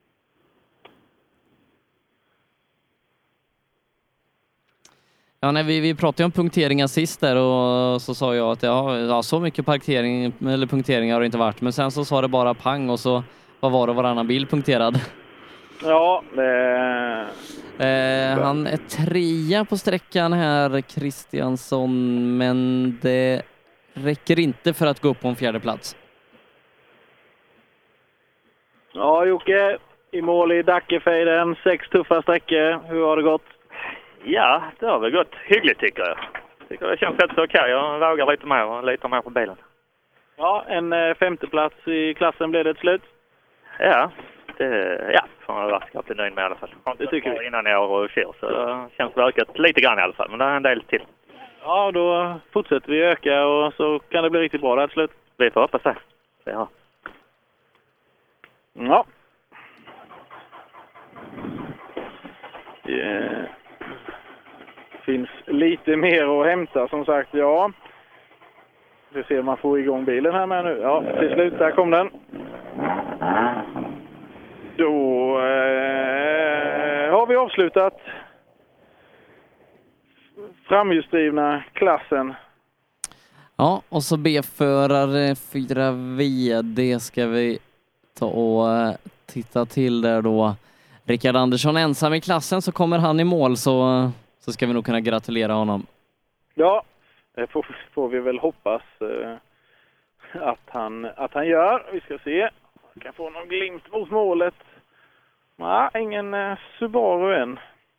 Ja, nej, vi pratade ju om punkteringar sist där och så sa jag att ja, så mycket punkteringar har det inte varit. Men sen så sa det bara pang och så var det varannan bil punkterad. Ja, han är 3 på sträckan här, Kristiansson, men det räcker inte för att gå upp på en fjärde plats. Ja, Jocke, i mål i Dackefejden, 6 tuffa sträckor. Hur har det gått? Ja, det har väl gått hyggligt tycker jag. Tycker det känns rätt så okej. Jag vågar lite mer och litar mer på bilen. Ja, en femteplats i klassen blev det ett slut. Ja, får man vara ganska nöjd med i alla fall. Det tycker vi. Innan jag och kör så det känns det ökat lite grann i alla fall. Men det är en del till. Ja, då fortsätter vi öka och så kan det bli riktigt bra där till slut. Vi får hoppas det. Ja. Ja. Finns lite mer att hämta som sagt, ja. Vi ser om man får igång bilen här med nu. Ja, till slut, där kom den. Då har vi avslutat framhjulsdrivna klassen. Ja, och så B-förare 4 VD ska vi ta och titta till där då. Rickard Andersson ensam i klassen, så kommer han i mål, så ska vi nog kunna gratulera honom. Ja, det får vi väl hoppas att han gör. Vi ska se. Jag kan få någon glimt mot målet. Nej, ingen Subaru än.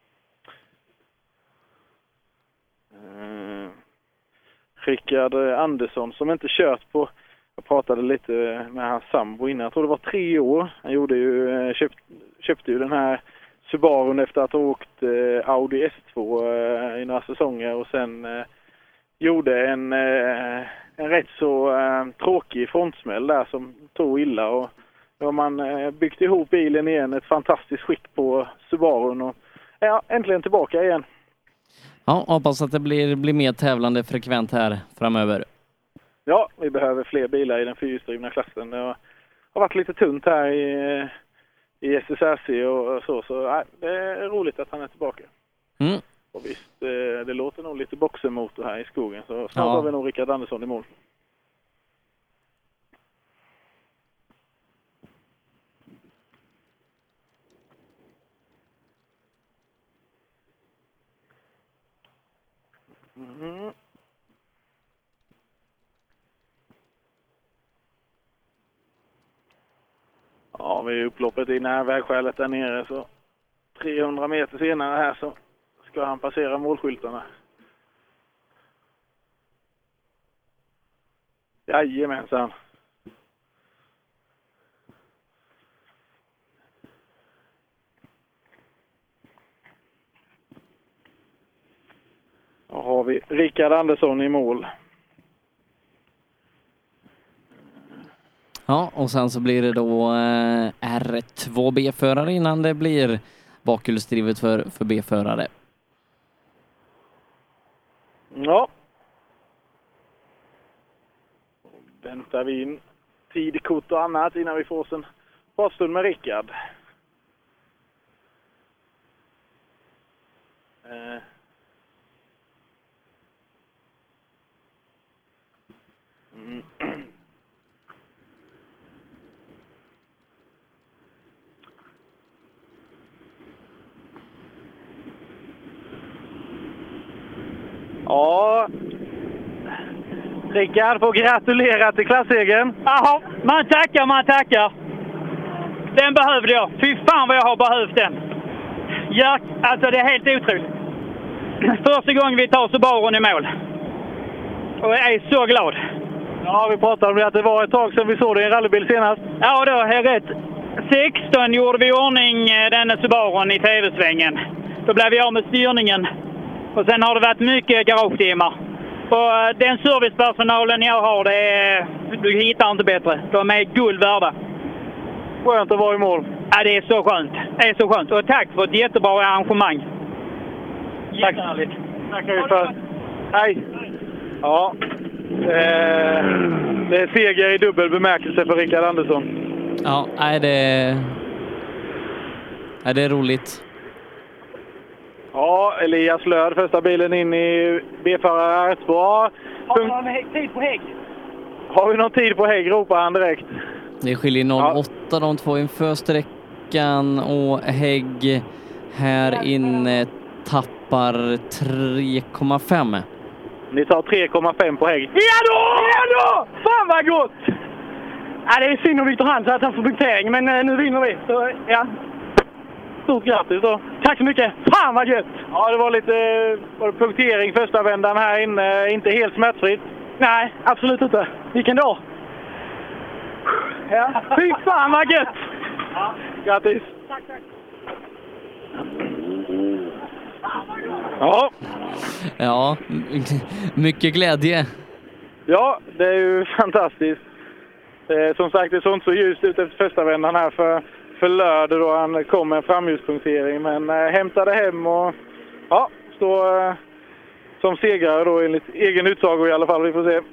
Rickard Andersson som inte kört på, jag pratade lite med hans sambo innan, jag tror det var 3 år. Han köpte ju den här Subarun efter att ha åkt Audi S2 i några säsonger och sen gjorde en rätt så tråkig frontsmäll där som tog illa, och då har man byggt ihop bilen igen, ett fantastiskt skick på Subarun och äntligen tillbaka igen. Ja, hoppas att det blir mer tävlande frekvent här framöver. Ja, vi behöver fler bilar i den fyrhjulsdrivna klassen. Det har varit lite tunt här i SSRC och så det är roligt att han är tillbaka. Mm. Och visst, det låter nog lite boxermotor här i skogen, så snart har vi nog Rickard Andersson i mål. Mm. Ja, vi är upploppet i när vägskälet där nere, så 300 meter senare här så ska han passera målskyltarna. Jajamensan. Då har vi Rickard Andersson i mål. Ja, och sen så blir det då R2 B-förare innan det blir bakhjulsdrivet för B-förare. Ja. Väntar vi in tidkort och annat innan vi får oss en pratstund med Rickard. Ja, Rickard får gratulera till klassegen. Jaha, man tackar. Den behövde jag. Fy fan vad jag har behövt den. Ja, alltså det är helt otroligt. Första gången vi tar Subarun i mål. Och jag är så glad. Ja, vi pratade om det att det var ett tag sedan vi såg det i en rallybil senast. Ja, då är rätt. 16 gjorde vi i ordning den Subarun i tv-svängen. Då blev vi av med styrningen. Och sen har det varit mycket garagetimmar. Och den servicepersonalen jag har, du hittar inte bättre. De är guld värda. Skönt att vara i mål. Ja, det är så skönt. Det är så skönt. Och tack för ett jättebra arrangemang. Jättehärligt. Tackar vi för. Hej. Ja. Det är seger i dubbel bemärkelse för Rickard Andersson. Ja, det är roligt. Ja, Elias Löd, första bilen in i B-förare R2. Har vi någon tid på hägg? Har vi någon tid på hägg, ropar han direkt. Det skiljer 0,8 de två inför sträckan, och Hägg här inne tappar 3,5. Ni tar 3,5 på Hägg. Ja då! Fan vad gott! Ja, det är synd om Victor Hans att han får punktering, men nu vinner vi. Så, ja. Stort grattis då. Tack så mycket. Fan vad gött! Ja, det var lite punktering första vändan här inne. Inte helt smärtfritt. Nej, absolut inte. Vilken dag? Ja. Fy fan vad gött! Ja. Grattis. Tack. Ja, mycket glädje. Ja, det är ju fantastiskt. Som sagt, det såg inte så ljust ut efter första vändan här för Lörd då han kom med en framljuspunktering. Men hämtade hem och ja, står som segrare då enligt egen utsago i alla fall. Vi får se.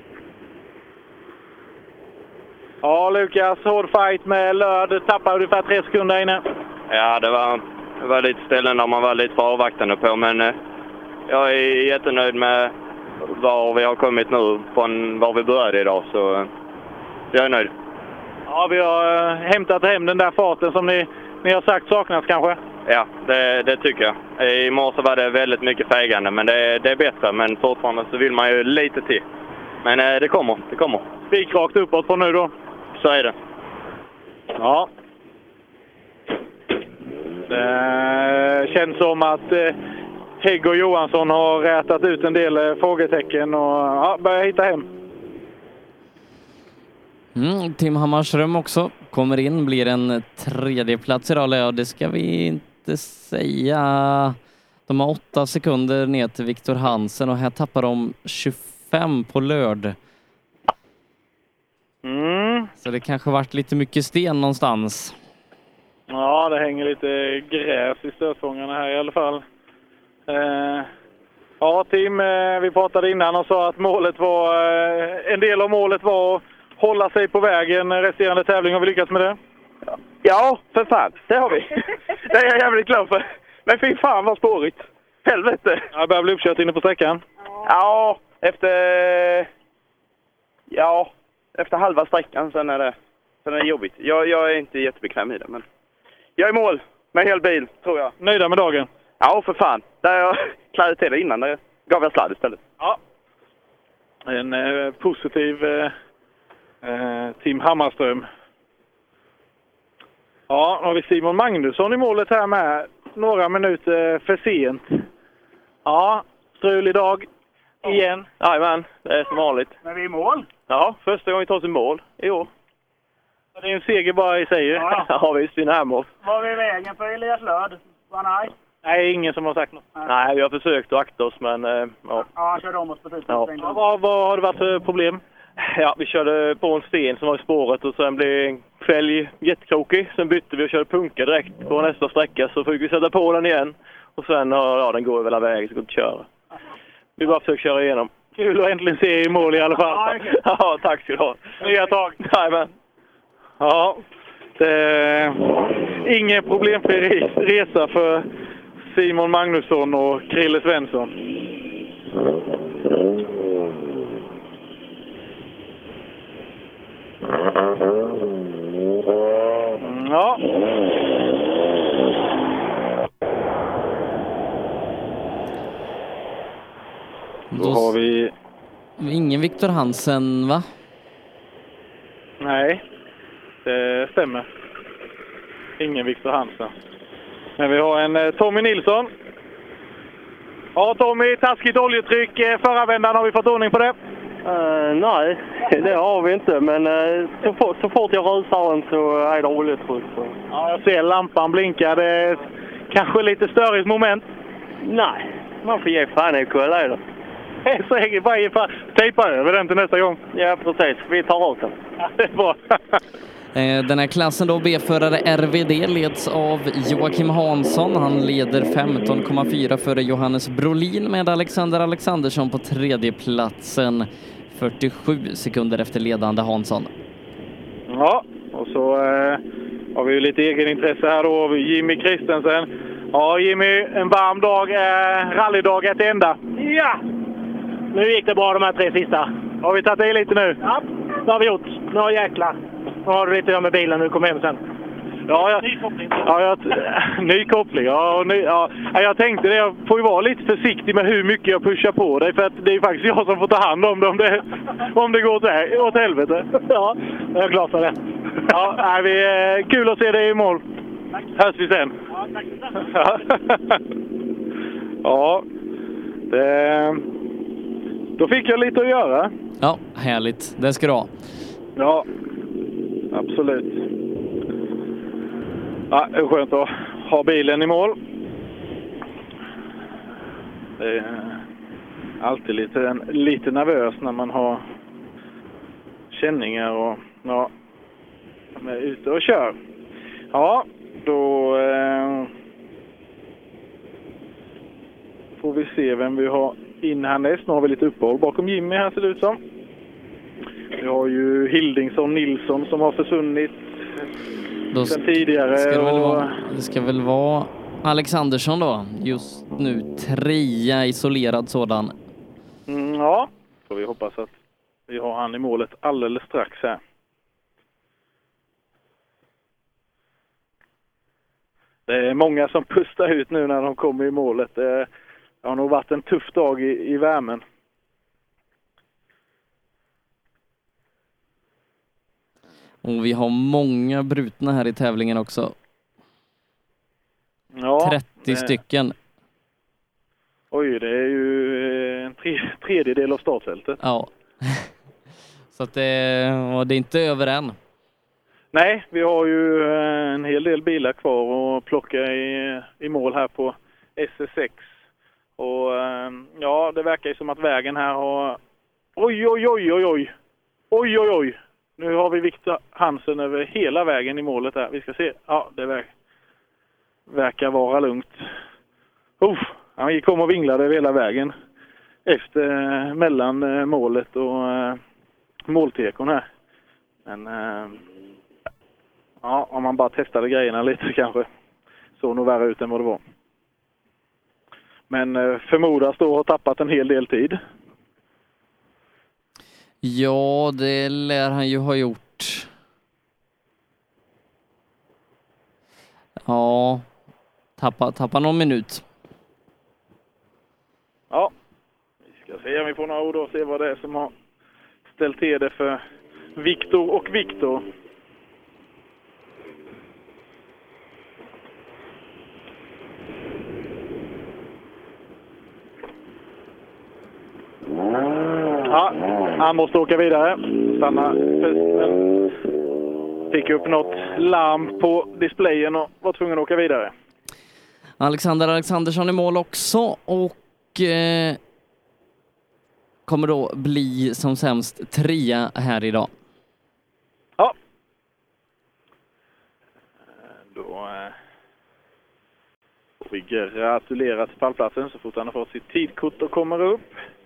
Ja, Lukas, hård fight med Lörd. Tappar ungefär 3 sekunder inne. Ja, det var lite ställen där man var lite för avvaktande på. Men jag är jättenöjd med var vi har kommit nu från var vi började idag. Så jag är nöjd. Ja, vi har hämtat hem den där farten som ni har sagt saknas kanske. Ja, det tycker jag. I morse var det väldigt mycket fägande, men det är bättre. Men fortfarande så vill man ju lite till. Men det kommer. Spikrakt uppåt på nu då. Så är det. Ja. Det känns som att Hägg och Johansson har rätat ut en del frågetecken och börjar hitta hem. Tim Hammarström också kommer in, blir en 3:e plats idag. Ja, det ska vi inte säga. De har 8 sekunder ner till Viktor Hansen och här tappar de 25 på Lörd. Så det kanske varit lite mycket sten någonstans. Ja, det hänger lite gräs i stötfångarna här i alla fall. Ja, Tim, vi pratade innan och sa att en del av målet var att hålla sig på vägen resterande tävling. Har vi lyckats med det? Ja, för fan. Det har vi. Det är jag jävligt glad för. Men fy fan vad spårigt. Helvete. Jag börjar bli uppkört inne på sträckan. Ja, efter halva sträckan sen är det jobbigt. Jag är inte jättebekväm i det, men jag är i mål med hel bil, tror jag. Nöjda med dagen? Ja, för fan. Där jag klarade till det innan, där gav jag sladd istället. Ja. En positiv Tim Hammarström. Ja, nu har vi Simon Magnusson i målet här med några minuter för sent. Ja, strulig dag igen. Jajamän, det är som vanligt. Men vi är i mål. Ja, första gången vi tar oss i mål i år. Det är en seger bara i sig. Ja, visst, vi är närmare oss. Var är vägen för Elias Lörd? Var nej? Nej, ingen som har sagt något. Nej, vi har försökt att akta oss, men ja. Ja, han körde om oss på tusen. Ja. Vad har det varit för problem? Ja, vi körde på en sten som var i spåret och sen blev en fälg jättekrokig. Sen bytte vi och körde punka direkt på nästa sträcka, så fick vi sätta på den igen. Och sen, den går över hela vägen så går det att köra. Vi bara försöker köra igenom. Kul att äntligen se i mål i alla fall. Ja, tack ska du ha. Nya tag. Jajamän. Ja, ingen problemfri resa för Simon Magnusson och Krille Svensson. Ja. Då har vi ingen Viktor Hansen, va? Nej, det stämmer. Ingen Viktor Hansen. Men vi har en Tommy Nilsson. Ja, Tommy, taskigt oljetryck. Förra vändan har vi fått ordning på det? Nej, det har vi inte. Men så fort jag rusar den så är det oljetryck. Så. Ja, jag ser lampan blinka. Det är kanske lite störigt moment. Nej, man får ge fan i kull är det. Säkert bara ge fan. Tejpa över den till nästa gång. Ja, precis. Vi tar ut den. Ja, det är bra. Den här klassen då, B-förare RVD, leds av Joakim Hansson. Han leder 15,4 före Johannes Brolin med Alexander Alexandersson på 3:e platsen. 47 sekunder efter ledande Hansson. Ja, och så har vi ju lite egenintresse här då. Jimmy Kristensen. Ja, Jimmy, en varm dag. Rallydag ett enda. Ja! Nu gick det bra de här 3 sista. Har vi tagit i lite nu? Ja, det har vi gjort. Nu jäklar. Nu har du lite att göra med bilen när du kommer hem sen. Ny koppling. Ny koppling. Jag tänkte det. Jag får ju vara lite försiktig med hur mycket jag pushar på dig. För att det är faktiskt jag som får ta hand om det om det går åt helvete. Ja, jag är glad för det. Ja, vi är kul att se dig i mål. Tack. Hörs vi sen. Ja, tack. Ja, då fick jag lite att göra. Ja, härligt. Det ska du ha. Ja, absolut. Ja, det är skönt att ha bilen i mål. Det är alltid lite nervös när man har känningar och Ja, de är ute och kör. Ja, då får vi se vem vi har in härnäst. Nu har vi lite uppehåll bakom Jimmy här, ser det ut som. Vi har ju Hildingsson Nilsson som har försvunnit sen tidigare. Det ska väl vara Alexandersson då. Just nu 3 isolerad sådan. Ja, får vi hoppas att vi har han i målet alldeles strax här. Det är många som pustar ut nu när de kommer i målet. Det har nog varit en tuff dag i värmen. Och vi har många brutna här i tävlingen också. Ja, 30 stycken. Oj, det är ju en tredjedel av startfältet. Ja. Så att det är inte över än. Nej, vi har ju en hel del bilar kvar att plocka i mål här på SS6. Och ja, det verkar ju som att vägen här har... Oj, oj, oj, oj, oj. Oj, oj, oj. Nu har vi Victor Hansen över hela vägen i målet här. Vi ska se. Ja, det verkar vara lugnt. Han gick om och vinglade över hela vägen. Efter mellan målet och måltekon här. Men ja, om man bara testade grejerna lite kanske såg nog värre ut än vad det var. Men förmodas då har tappat en hel del tid. Ja, det lär han ju ha gjort. Ja, tappa någon minut. Ja, vi ska se om vi får några ord och se vad det är som har ställt till det för Victor och Victor. Ja, han måste åka vidare. Stanna. Fick upp något larm på displayen och var tvungen att åka vidare. Alexander Alexandersson i mål också och kommer då bli som sämst 3 här idag. Ja. Då får vi gratulera till pallplatsen så fort han har fått sitt tidkort och kommer upp.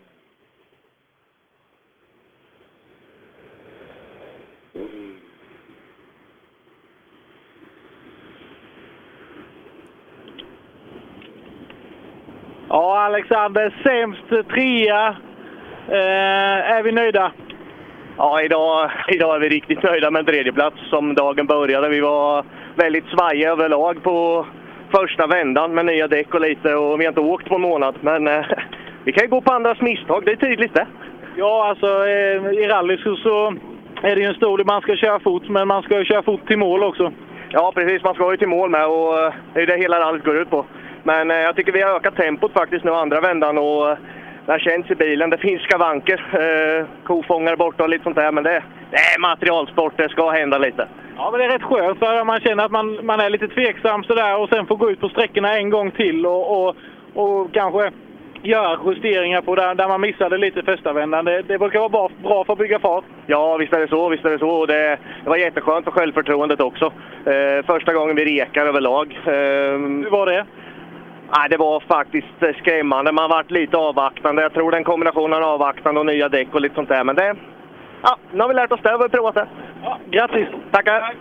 Ja, Alexander, sämst 3. Är vi nöjda? Ja, idag är vi riktigt nöjda med en 3:e plats som dagen började. Vi var väldigt svajiga överlag på första vändan med nya däck och lite, och vi har inte åkt på en månad. Men vi kan ju gå på andras misstag, det är tydligt det. Ja, alltså i rally så är det ju en stor del man ska köra fort, men man ska ju köra fort till mål också. Ja, precis. Man ska ju till mål med och det är det hela rallyt går ut på. Men jag tycker vi har ökat tempot faktiskt nu andra vändan och det känns i bilen. Det finns skavanker, kofångare borta och lite sånt där, men det är materialsport, det ska hända lite. Ja, men det är rätt skönt för man känner att man är lite tveksam sådär och sen får gå ut på sträckorna en gång till och kanske göra justeringar på där man missade lite första vändan. Det brukar vara bra för att bygga fart. Ja, visst är det så. Och det var jätteskönt för självförtroendet också. Första gången vi rekar överlag. Hur var det? Nej, det var faktiskt skrämmande. Man varit lite avvaktande. Jag tror den kombinationen av avvaktande och nya däck och lite sånt där. Men det... Ja, nu har vi lärt oss det. Vi har provat det. Ja, grattis! Tackar!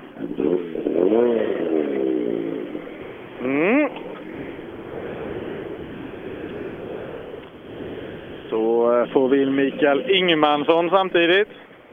Så får vi Mikael Ingemansson samtidigt.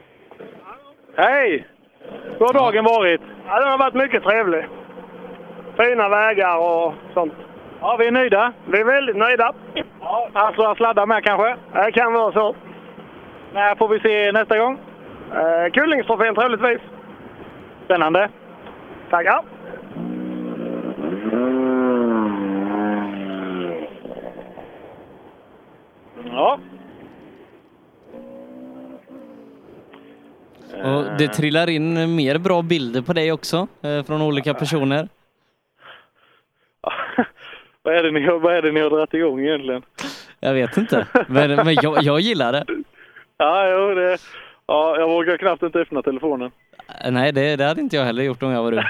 Hej! Hur har dagen varit? Ja, det har varit mycket trevligt. Fina vägar och sånt. Ja, vi är nöjda. Vi är väldigt nöjda. Ja, alltså att sladda med kanske? Det kan vara så. När får vi se nästa gång? Kullingstrofén troligtvis. Spännande. Tackar. Ja. Och det trillar in mer bra bilder på dig också från olika personer. Vad är det ni har dragit igång egentligen? Jag vet inte, men jag gillar det. Ja, jo, Ja, jag vågar knappt inte öppna telefonen. Nej, det hade inte jag heller gjort om jag var du.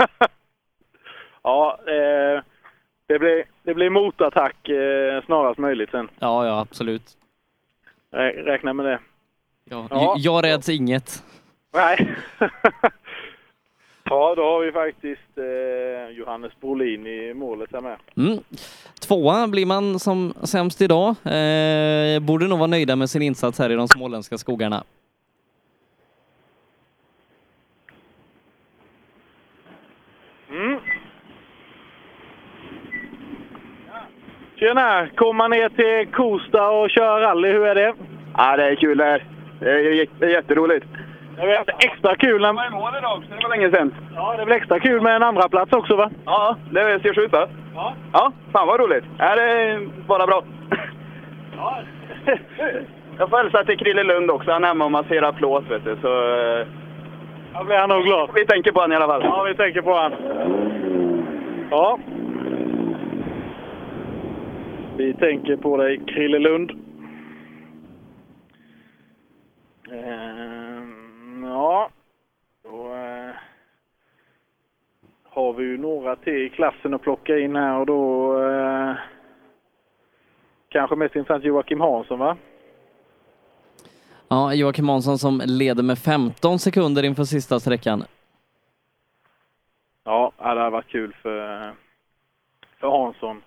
Ja, det blir motattack snarast möjligt sen. Ja, absolut. Räkna med det. Ja. Jag räds inget. Nej. Ja, då har vi faktiskt Johannes Brolin i målet här med. 2 blir man som sämst idag. Borde nog vara nöjda med sin insats här i de småländska skogarna. Tjena, kommer ner till Kosta och kör rally, hur är det? Ja, det är kul där. Det är jätteroligt. Det är extra kul när... i mål idag också, det var länge sedan. Ja, det blir extra kul med en andra plats också, va? Ja, det ser skjuta. Ja, fan vad roligt. Ja, det är bara bra. Ja. Jag får hälsa till Krille Lund också, han är hemma och masserar plåt, vet du, så... Ja, blir han nog glad. Vi tänker på han i alla fall. Ja, vi tänker på han. Ja. Vi tänker på dig, Krille Lund. Ja, då har vi ju några till i klassen att plocka in här och då kanske mest intressant Joakim Hansson, va? Ja, Joakim Hansson som leder med 15 sekunder inför sista sträckan. Ja, det har varit kul för Hansson.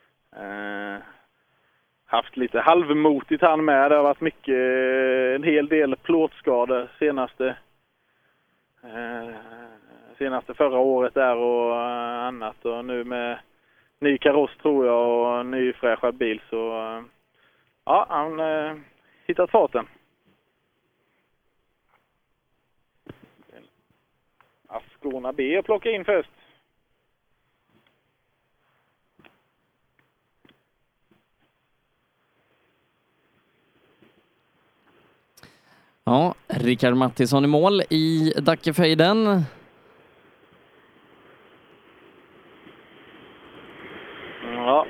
Haft lite halvmotigt han med. Det har varit en hel del plåtskador senaste förra året där och annat. Och nu med ny kaross tror jag och ny fräschad bil så ja, han hittat farten. Ascona B att plocka in först. Ja, Rickard Mattisson i mål i Dackefejden. Ja.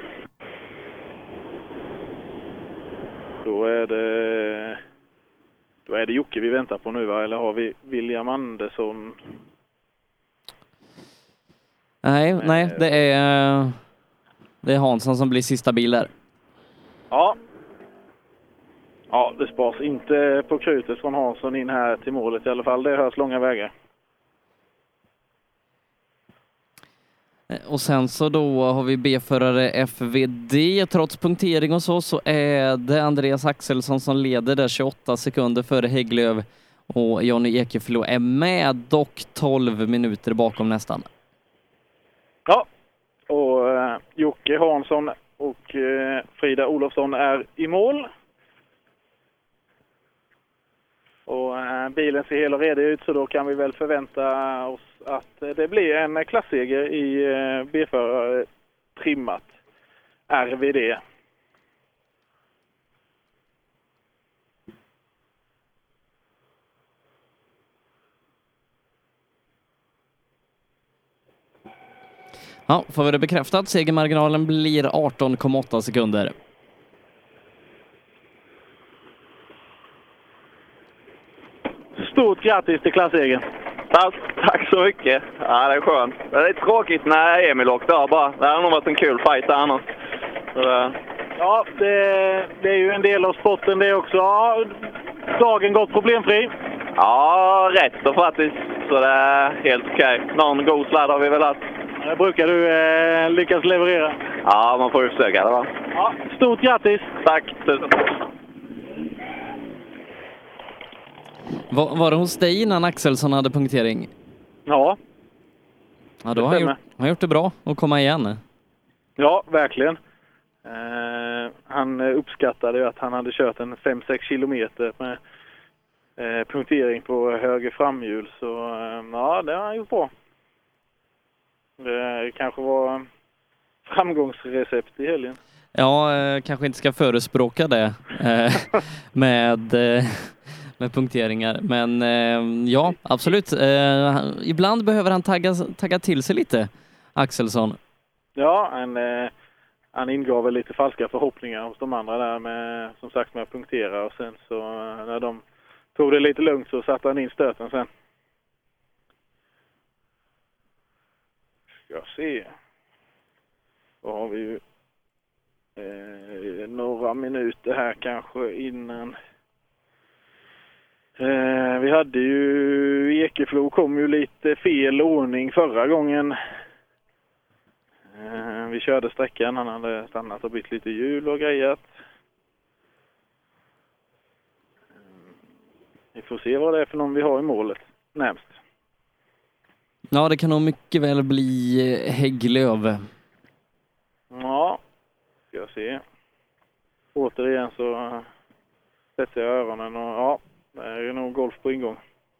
Då är det Jocke vi väntar på nu, va? Eller har vi William Andersson? Nej, det är Hansson som blir sista bil där. Ja. Ja, det sparas inte på krutet från Hansson in här till målet i alla fall. Det hörs långa vägar. Och sen så då har vi B-förare FVD. Trots punktering och så är det Andreas Axelsson som leder där 28 sekunder före Hägglöf. Och Jonny Ekeflo är med, dock 12 minuter bakom nästan. Ja, och Jocke Hansson och Frida Olofsson är i mål. Och bilen ser hel och redig ut så då kan vi väl förvänta oss att det blir en klasseger i B-förare trimmat RVD. Ja, får vi det bekräftat. Segermarginalen blir 18,8 sekunder. Stort grattis till klassegen. Tack så mycket. Ja, det är skönt. Det är lite tråkigt när Emil åkte där bara. Det har nog varit en kul fight där annars. Ja, det är ju en del av sporten det också. Ja, dagen gått problemfri. Ja, rätt så faktiskt. Så det är helt okej. Någon god sladd har vi väl haft. Det brukar du lyckas leverera. Ja, man får ju försöka det, va? Ja, stort grattis. Tack. Tusen tack. Var det hos dig innan Axelsson hade punktering? Ja. Ja, då har han gjort det bra att komma igen. Ja, verkligen. Han uppskattade ju att han hade kört en 5-6 kilometer med punktering på höger framhjul. Så ja, det har han gjort bra. Det kanske var framgångsrecept i helgen. Ja, kanske inte ska förespråka det med punkteringar. Men ja, absolut. Ibland behöver han tagga till sig lite, Axelsson. Ja, han ingav väl lite falska förhoppningar hos de andra där med, som sagt, med att punktera. Och sen så när de tog det lite lugnt så satte han in stöten sen. Ska se. Då har vi ju några minuter här kanske innan. Vi hade ju Ekeflo kom ju lite fel ordning förra gången. Vi körde sträckan, han hade stannat och bytt lite hjul och grejat. Vi får se vad det är för någon vi har i målet närmst. Ja, det kan nog mycket väl bli Hägglöf. Ja, ska jag se. Återigen så sätter jag öronen och ja, det är nog golf på ingång.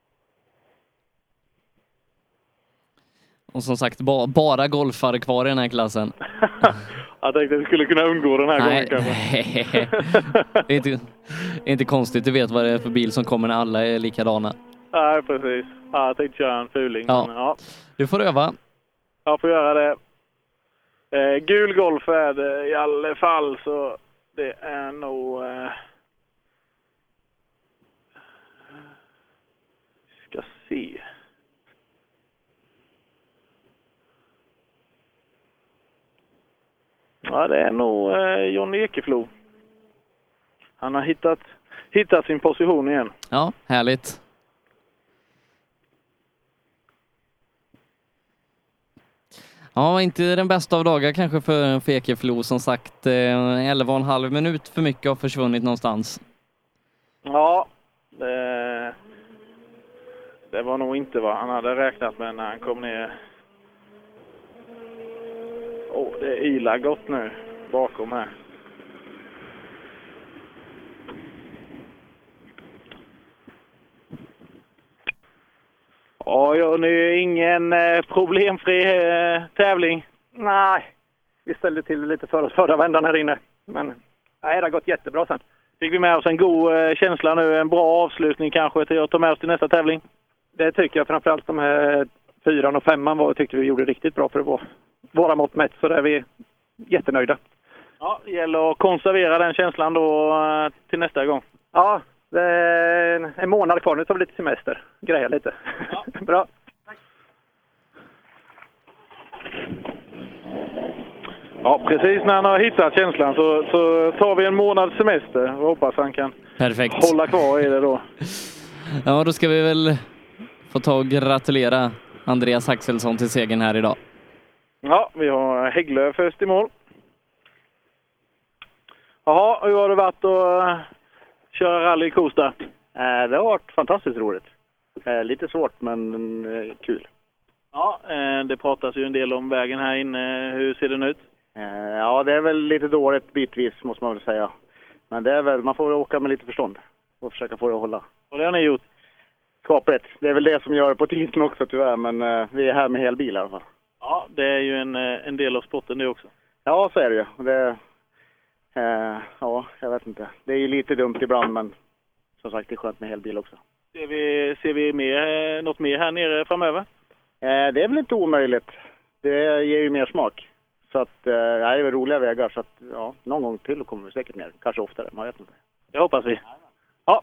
Och som sagt, bara golfare kvar i den här klassen. Jag tänkte att vi skulle kunna undgå den här gången kanske. Det är inte konstigt, du vet vad det är för bil som kommer när alla är likadana. Nej, precis. Ja, jag tänkte köra en fuling. Ja. Men, ja. Du får öva. Jag får göra det. Gul golf är det i alla fall, så det är nog... ska se. Ja, det är nog Johnny Ekeflo. Han har hittat sin position igen. Ja, härligt. Ja, inte den bästa av dagar kanske för Ekeflo. Som sagt, 11,5 minut för mycket har försvunnit någonstans. Ja, det var nog inte vad han hade räknat med när han kom ner. Det är Ila gott nu bakom här. Ja, nu ingen problemfri tävling. Nej, vi ställde till lite för oss förra vändan här inne. Men nej, det har gått jättebra sen. Fick vi med oss en god känsla nu, en bra avslutning kanske till att ta med oss till nästa tävling? Det tycker jag, framförallt de här 4 och 5 tyckte vi gjorde riktigt bra för att vara våra mått mätt, så där är vi jättenöjda. Ja, det gäller att konservera den känslan då till nästa gång. Ja, det är en månad kvar, nu tar vi lite semester. Greja lite. Ja. Bra. Tack. Ja, precis när han har hittat känslan så tar vi en månads semester och hoppas han kan hålla kvar i det då. Ja, då ska vi väl få ta och gratulera Andreas Axelsson till segern här idag. Ja, vi har Hägglöf först i mål. Jaha, hur har det varit att köra rally i Kosta? Det har varit fantastiskt roligt. Lite svårt, men kul. Ja, det pratas ju en del om vägen här inne. Hur ser den ut? Ja, det är väl lite dåligt bitvis, måste man väl säga. Men det är väl, man får åka med lite förstånd och försöka få det att hålla. Och det har ni gjort? Skapligt. Det är väl det som gör det på tiden också tyvärr, men vi är här med hel bil i alla fall. Ja, det är ju en del av sporten det också. Ja, så är det ju. Ja, jag vet inte. Det är ju lite dumt ibland, men som sagt, det är skönt med hel bil också. Ser vi något mer här nere framöver? Det är väl inte omöjligt. Det ger ju mer smak. Så att det är väl roliga vägar, så att ja, någon gång till kommer vi säkert ner. Kanske oftare, man vet inte. Det hoppas vi. Ja.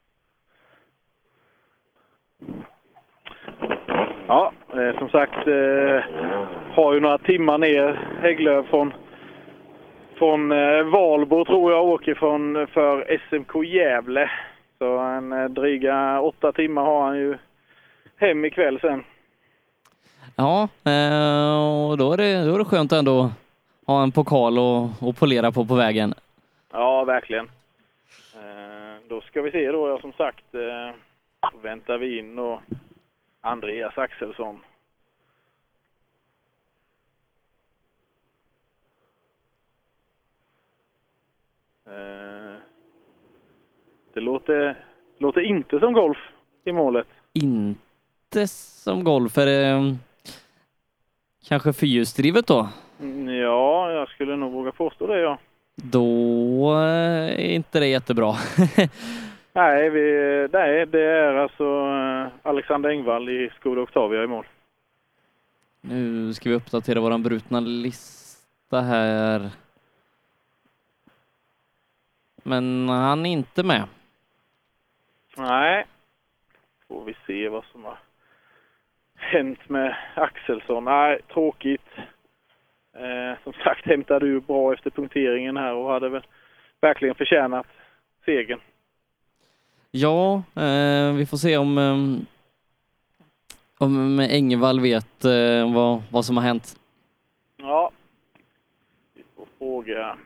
Ja, som sagt har ju några timmar ner Hägglöf från Valbo, tror jag, åker för SMK Gävle. Så en dryga 8 timmar har han ju hem ikväll sen. Ja, och då är det skönt ändå ha en pokal och polera på vägen. Ja, verkligen. Då ska vi se då, som sagt, väntar vi in och Andreas Axelsson. Det låter inte som golf i målet. Inte som golf, är det kanske fyrhjulsdrivet då? Ja, jag skulle nog våga påstå det, ja. Då är inte det jättebra. Nej, det är alltså Alexander Engvall i Skoda Octavia i mål. Nu ska vi uppdatera våran brutna lista här. Men han är inte med. Nej. Får vi se vad som har hänt med Axelsson. Nej, tråkigt. Som sagt hämtade du bra efter punkteringen här och hade väl verkligen förtjänat segern. Ja, vi får se om Engvall vet vad som har hänt. Ja, vi får fråga.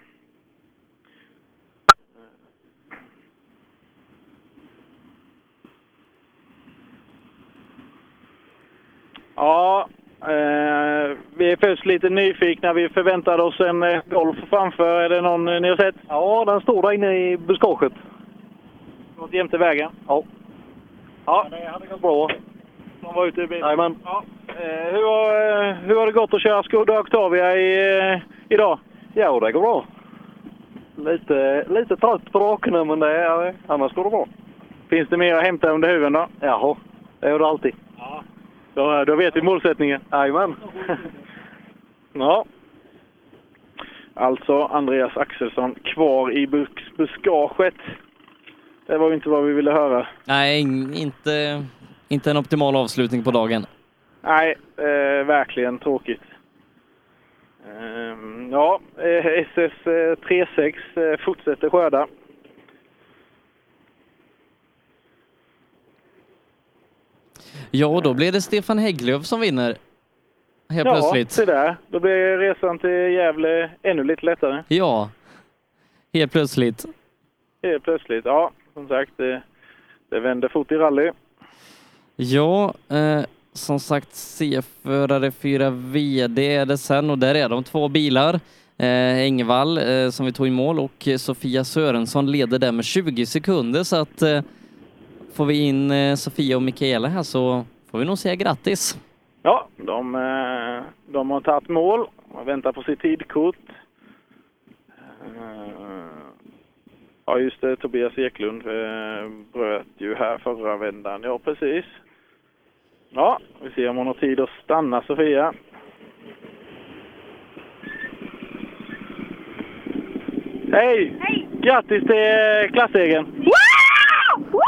Ja, vi är först lite nyfikna. Vi förväntade oss en Golf framför. Är det någon ni har sett? Ja, den står där inne i buskaget. Något jämte vägen? Ja. Ja, det hade gått bra. De var ute i bilen. Jajamän. Ja. Hur har det gått att köra Skoda Octavia idag? Ja, det går bra. Lite trött på raken, men annars går det bra. Finns det mer att hämta under huven då? Jaha, det är det alltid. Ja. Då vet vi målsättningen. Jajamän. Ja. Alltså Andreas Axelsson kvar i buskaget. Det var ju inte vad vi ville höra. Nej, inte en optimal avslutning på dagen. Nej, verkligen tråkigt. Ja, SS36 fortsätter skörda. Ja, då blir det Stefan Hägglöf som vinner. Helt plötsligt. Ja, det där. Då blir resan till Gävle ännu lite lättare. Ja, helt plötsligt. Helt plötsligt, ja. Som sagt, det vänder fort i rally. Ja, som sagt, C-förare 4 VD är det sen och där är de 2 bilar. Engvall som vi tog i mål och Sofia Sörensson leder där med 20 sekunder så att får vi in Sofia och Mikaela här så får vi nog säga grattis. Ja, de har tagit mål och väntar på sitt tidkort. Ja just det, Tobias Eklund bröt ju här förra vändan. Ja precis. Ja, vi ser om hon har tid att stanna Sofia. Hej! Hej! Grattis till klassegen! Wow!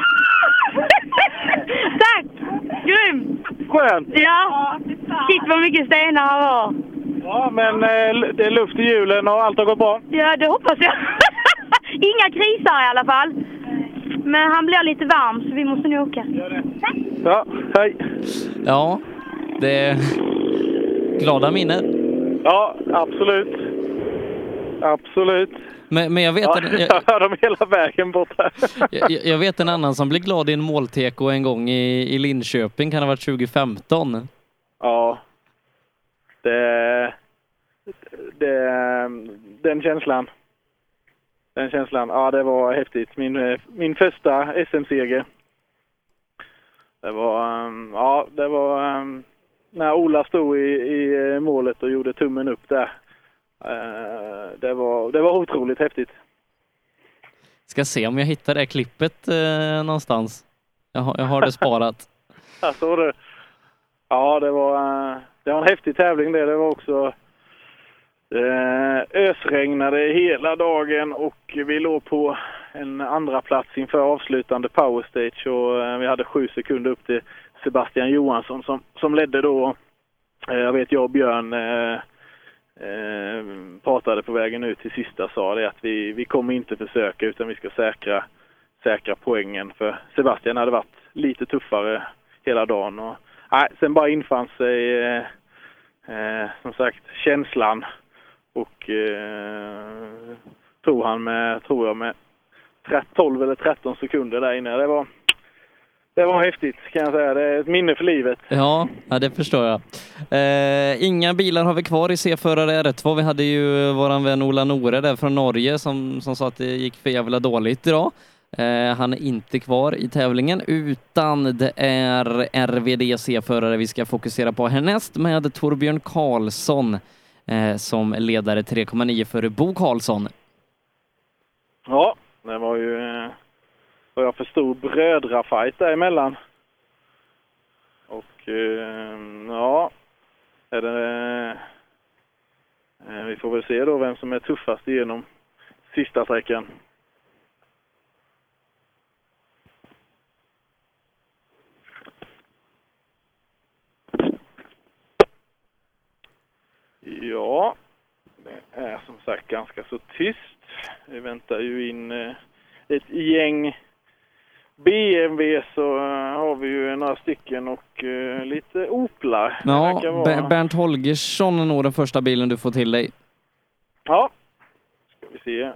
Tack! Grymt! Skönt! Ja, shit vad mycket stenar här var. Ja, men det är luft i hjulen och allt har gått bra. Ja, det hoppas jag. Inga krisar i alla fall. Men han blir lite varm så vi måste nu åka. Ja, hej! Ja, det är glada minnen. Ja, absolut. Absolut. Men jag vet jag hör dem hela vägen bort här. jag vet en annan som blev glad i en målteko en gång i Linköping, kan det ha varit 2015. Ja. Den känslan. Ja, det var häftigt. Min första SM-seger. Det var när Ola stod i målet och gjorde tummen upp där. Det var otroligt häftigt. Ska se om jag hittar det klippet någonstans. Jag har det sparat. Alltså, det var en häftig tävling det. Det var också ösregnade hela dagen och vi låg på en andra plats inför avslutande power stage och vi hade 7 sekunder upp till Sebastian Johansson som ledde då. Jag och Björn pratade på vägen ut till sista, sa det att vi kommer inte försöka utan vi ska säkra poängen, för Sebastian hade varit lite tuffare hela dagen och sen bara infann sig som sagt känslan och tog han med 12 eller 13 sekunder där inne. Det var häftigt kan jag säga. Det är ett minne för livet. Ja, det förstår jag. Inga bilar har vi kvar i C-förare R2. Vi hade ju våran vän Ola Nore där från Norge som sa att det gick för jävla dåligt idag. Han är inte kvar i tävlingen utan det är RVD C-förare vi ska fokusera på härnäst med Torbjörn Karlsson som ledare 3,9 före Bo Karlsson. Ja, det var ju vad jag förstod brödrafight däremellan. Och ja, vi får väl se då vem som är tuffast igenom sista sträckan. ganska så tyst. Vi väntar ju in ett gäng BMW, så har vi ju några stycken och lite Oplar. Ja, Bernt Holgersson är nog den första bilen du får till dig. Ja, ska vi se.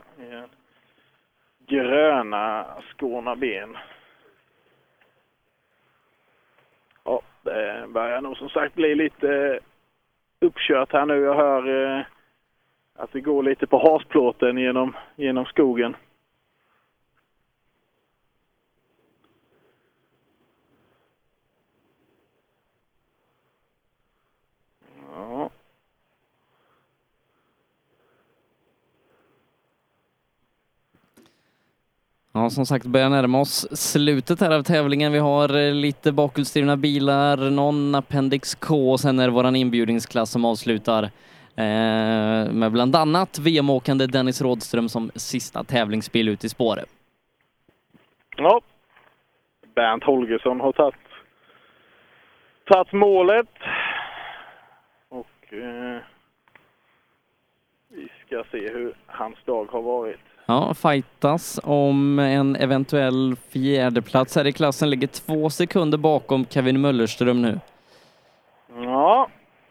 Gröna Skåna ben. Ja, det börjar nog som sagt bli lite uppkört här nu. Jag hör att det går lite på hasplåten genom skogen. Ja. Ja, som sagt börjar närma oss slutet här av tävlingen. Vi har lite bakhjulsdrivna bilar, någon Appendix K och sen är det våran inbjudningsklass som avslutar med bland annat VM-åkande Dennis Rådström som sista tävlingsbil ut i spåret. Ja, Bernt Holgersson har tagit målet och vi ska se hur hans dag har varit. Ja, fightas om en eventuell fjärdeplats här i klassen. Ligger 2 sekunder bakom Kevin Möllerström nu. Ja.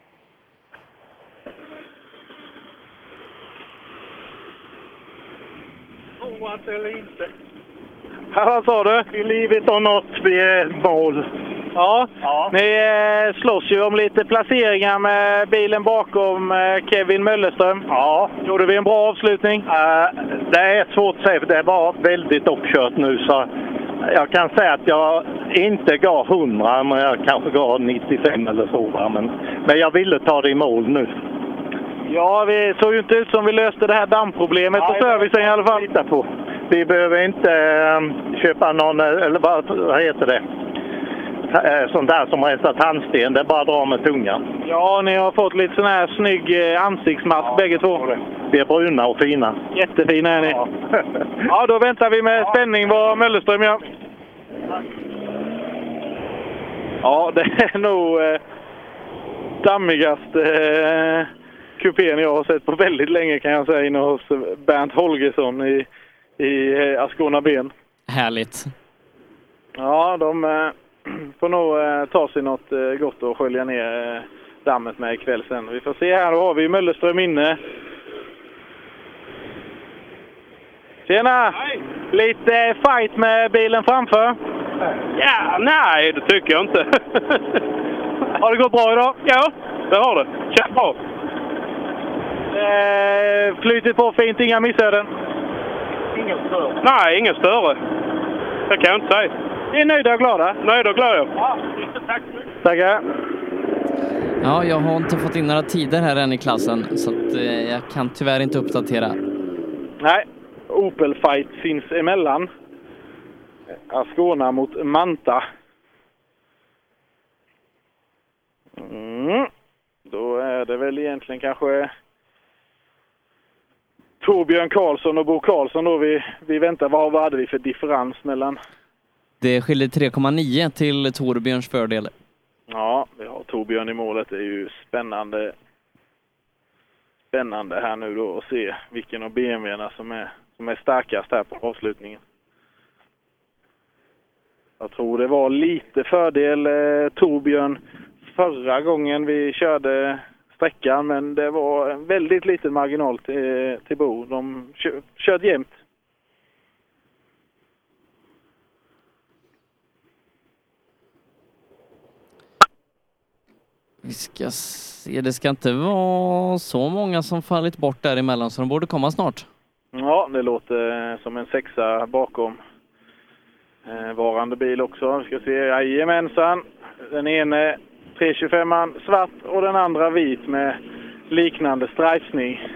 Provat eller inte? Vad sa du? I livet har nått vid mål. Ja, ni slåss ju om lite placeringar med bilen bakom Kevin Möllerström. Ja. Gjorde vi en bra avslutning? Det är svårt att säga, för det var väldigt uppkört nu, så jag kan säga att jag inte gav 100, men jag kanske gav 95 eller så. Men jag ville ta det i mål nu. Ja, vi såg ju inte ut som vi löste det här dammproblemet på servicen i alla fall. Vi behöver inte köpa någon, eller vad heter det? Sånt där som rensar tandsten, det är bara att dra med tungan. Ja, ni har fått lite sån här snygg ansiktsmask bägge två. Vi är bruna och fina. Jättefina är ni. Ja, ja, då väntar vi med spänning vad Möllerström gör. Ja, det är nog dammigaste kupén jag har sett på väldigt länge, kan jag säga, inne hos Bernt Holgersson i Ascona Ben. Härligt. Ja, de får nog ta sig något gott och skölja ner dammet med ikväll sen. Vi får se här, då har vi Möllerström inne. Tjena! Hej. Lite fight med bilen framför? Ja, nej, det tycker jag inte. Har det gått bra idag? Ja, det har det. Känns bra. Flytit på fint, inga missöden? Ingen större. Nej, ingen större. Det kan jag inte säga. Ni är nöjda och glada? Nöjda och glada. Ja, tack. Tackar. Ja, jag har inte fått in några tider här än i klassen, så att, jag kan tyvärr inte uppdatera. Nej, Opel fight finns emellan. Ascona mot Manta. Då är det väl egentligen kanske Torbjörn Karlsson och Bo Karlsson då vi väntar. Vad hade vi för differens mellan? Det skiljer 3,9 till Torbjörns fördel. Ja, vi har Torbjörn i målet. Det är ju spännande här nu då att se vilken av BMW:na som är starkast här på avslutningen. Jag tror det var lite fördel Torbjörn förra gången vi körde sträckan, men det var en väldigt liten marginal till Bo. De körde jämnt. Vi ska se, det ska inte vara så många som fallit bort däremellan, så de borde komma snart. Ja, det låter som en 6a bakom varande bil också. Vi ska se, jajamensan. Den ene 325an svart och den andra vit med liknande stripsning.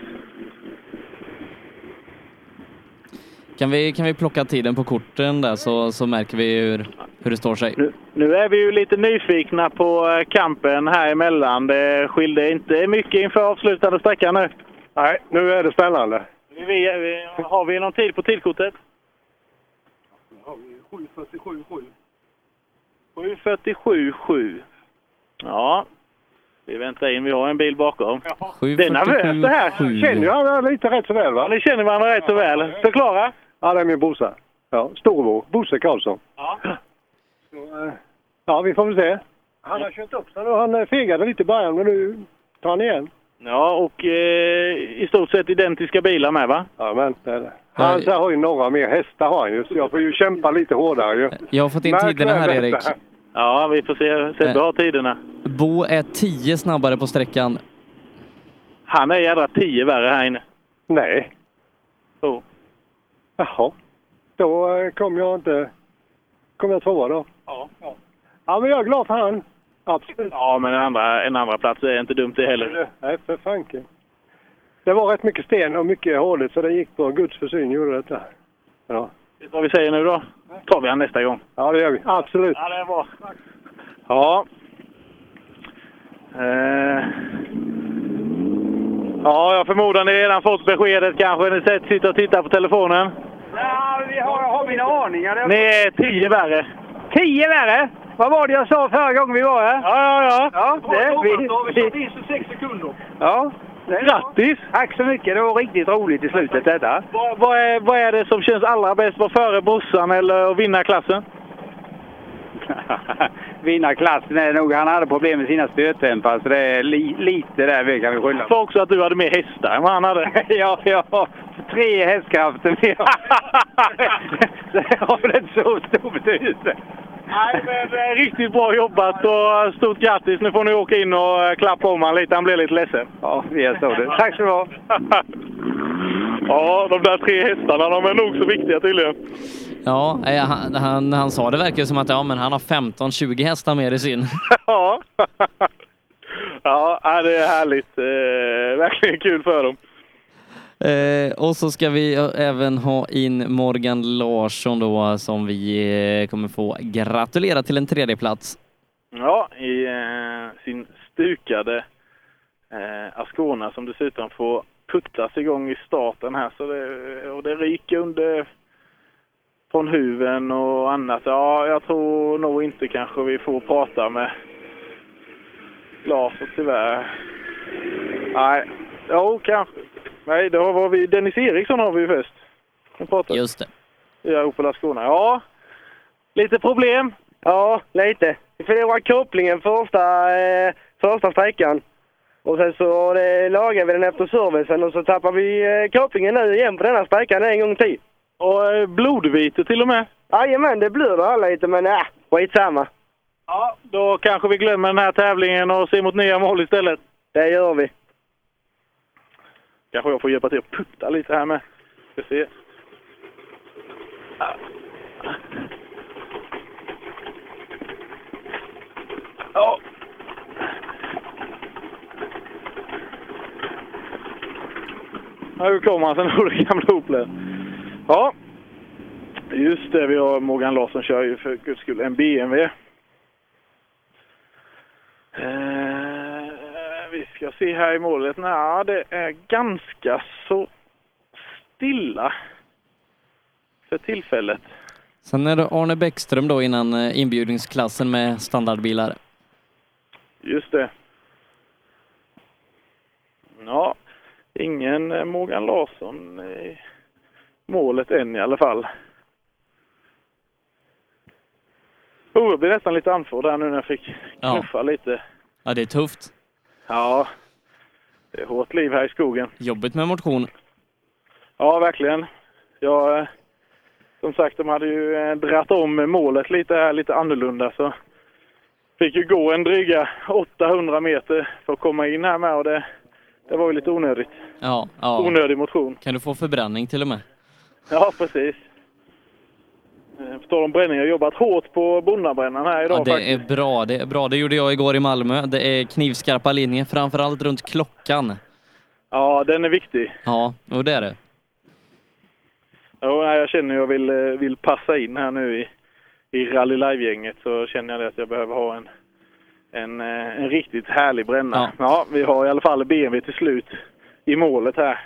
Kan vi plocka tiden på korten där, så märker vi hur det står sig. Nu är vi ju lite nyfikna på kampen här emellan. Det skilde inte mycket inför avslutande sträckan nu. Nej, nu är det spännande. Har vi någon tid på tidkortet? 7:47,7. 7:47,7. Ja. Vi väntar in, vi har en bil bakom. Det är nervöst det här. Känner ju han lite rätt så väl, va? Ni känner varandra rätt så väl. Förklara. Ja, det är min Bosse. Ja, storbror. Bosse Karlsson. Ja. Så, ja, vi får väl se. Han har kört upp sig och han fegade lite i början, men nu tar han igen. Ja, och i stort sett identiska bilar med, va? Ja, men det är det. Han har ju några mer hästar har han ju, så jag får ju kämpa lite hårdare ju. Jag har fått in tiderna här, Erik. Ja, vi får se. Sebbe har tiderna. Bo är 10 snabbare på sträckan. Han är jädra 10 värre här inne. Nej. Oh. Jaha. Då kommer jag tvåa då. Ja. Ja, men jag är glad för han. Absolut. Ja, men en andra plats är inte dumt det heller. Nej, för fanken. Det var rätt mycket sten och mycket håligt, så det gick på Guds försyn gjorde detta. Ja. Vet du vad vi säger nu då? Tar vi han nästa gång? Ja, det gör vi. Absolut. Ja, det är bra. Ja. Ja, jag förmodar ni redan fått beskedet kanske. Ni sitter och tittar på telefonen. Ja, jag har mina aningar. Ni är 10 värre. 10 värre? Vad var det jag sa förra gången vi var här? Ja, Vi 6 sekunder. Ja. Grattis! Tack så mycket. Det var riktigt roligt i slutet detta. Vad är det som känns allra bäst? Var före brorsan eller att vinna klassen? Vinna klassen är nog, han hade problem med sina stötdämpare, så det är lite där vi kan vi skylla. Jag sa också att du hade mer hästar än vad han hade. ja, 3 hästkrafter mer. Det har väl inte så stor betydelse. Nej, men riktigt bra jobbat och stort grattis. Nu får ni åka in och klappa om han lite. Han blir lite ledsen. Ja, vi är så det. Tack så du ha. Ja, de där 3 hästarna, de är nog så viktiga tydligen. Ja, han sa det verkar som att men han har 15-20 hästar mer i sin. Ja. Ja, det är härligt. Verkligen kul för dem. Och så ska vi även ha in Morgan Larsson då, som vi kommer få gratulera till en 3:e plats. Ja, i sin stukade Ascona som dessutom får puttas igång i starten här. Så det ryker under från huven och annat. Ja, jag tror nog inte kanske vi får prata med Lars och tyvärr. Nej, kanske. Nej, då var vi Dennis Eriksson har vi ju först. Just det. Ja, Opel Ascona. Ja, lite problem. Ja, lite. Vi förlorade kopplingen första sträckan. Och sen så lagade vi den efter servicen och så tappar vi kopplingen nu igen på denna sträckan en gång till. Och blodvite till och med? Jajamän, det blöder lite, men skitsamma. Ja, då kanske vi glömmer den här tävlingen och ser mot nya mål istället. Det gör vi. Kanske jag får hjälpa till att putta lite här med. Ska se. Ja. Nu kommer han sen ur det gamla Opel. Ja. Just det, vi har Morgan Larsson kör ju för guds skull en BMW. Vi ska se här i målet. Nej, det är ganska så stilla för tillfället. Sen är det Arne Bäckström då innan inbjudningsklassen med standardbilar. Just det. Ja, ingen Morgan Larsson i målet än i alla fall. Jag blir nästan lite andfådd där nu när jag fick knuffa lite. Ja, det är tufft. Ja, det är hårt liv här i skogen. Jobbigt med motion. Ja, verkligen. Som sagt, de hade ju dratt om målet lite annorlunda, så fick ju gå en dryga 800 meter för att komma in här med, och det var ju lite onödigt. Ja. Onödig motion. Kan du få förbränning till och med? Ja, precis. På tal om bränning, jag har jobbat hårt på Bonnabrännan här idag. Ja, det är bra. Det gjorde jag igår i Malmö. Det är knivskarpa linjer, framförallt runt klockan. Ja, den är viktig. Ja, och det är det. Ja, jag känner att jag vill passa in här nu i Rally Live-gänget, så känner jag att jag behöver ha en riktigt härlig bränna. Ja, vi har i alla fall BMW till slut i målet här.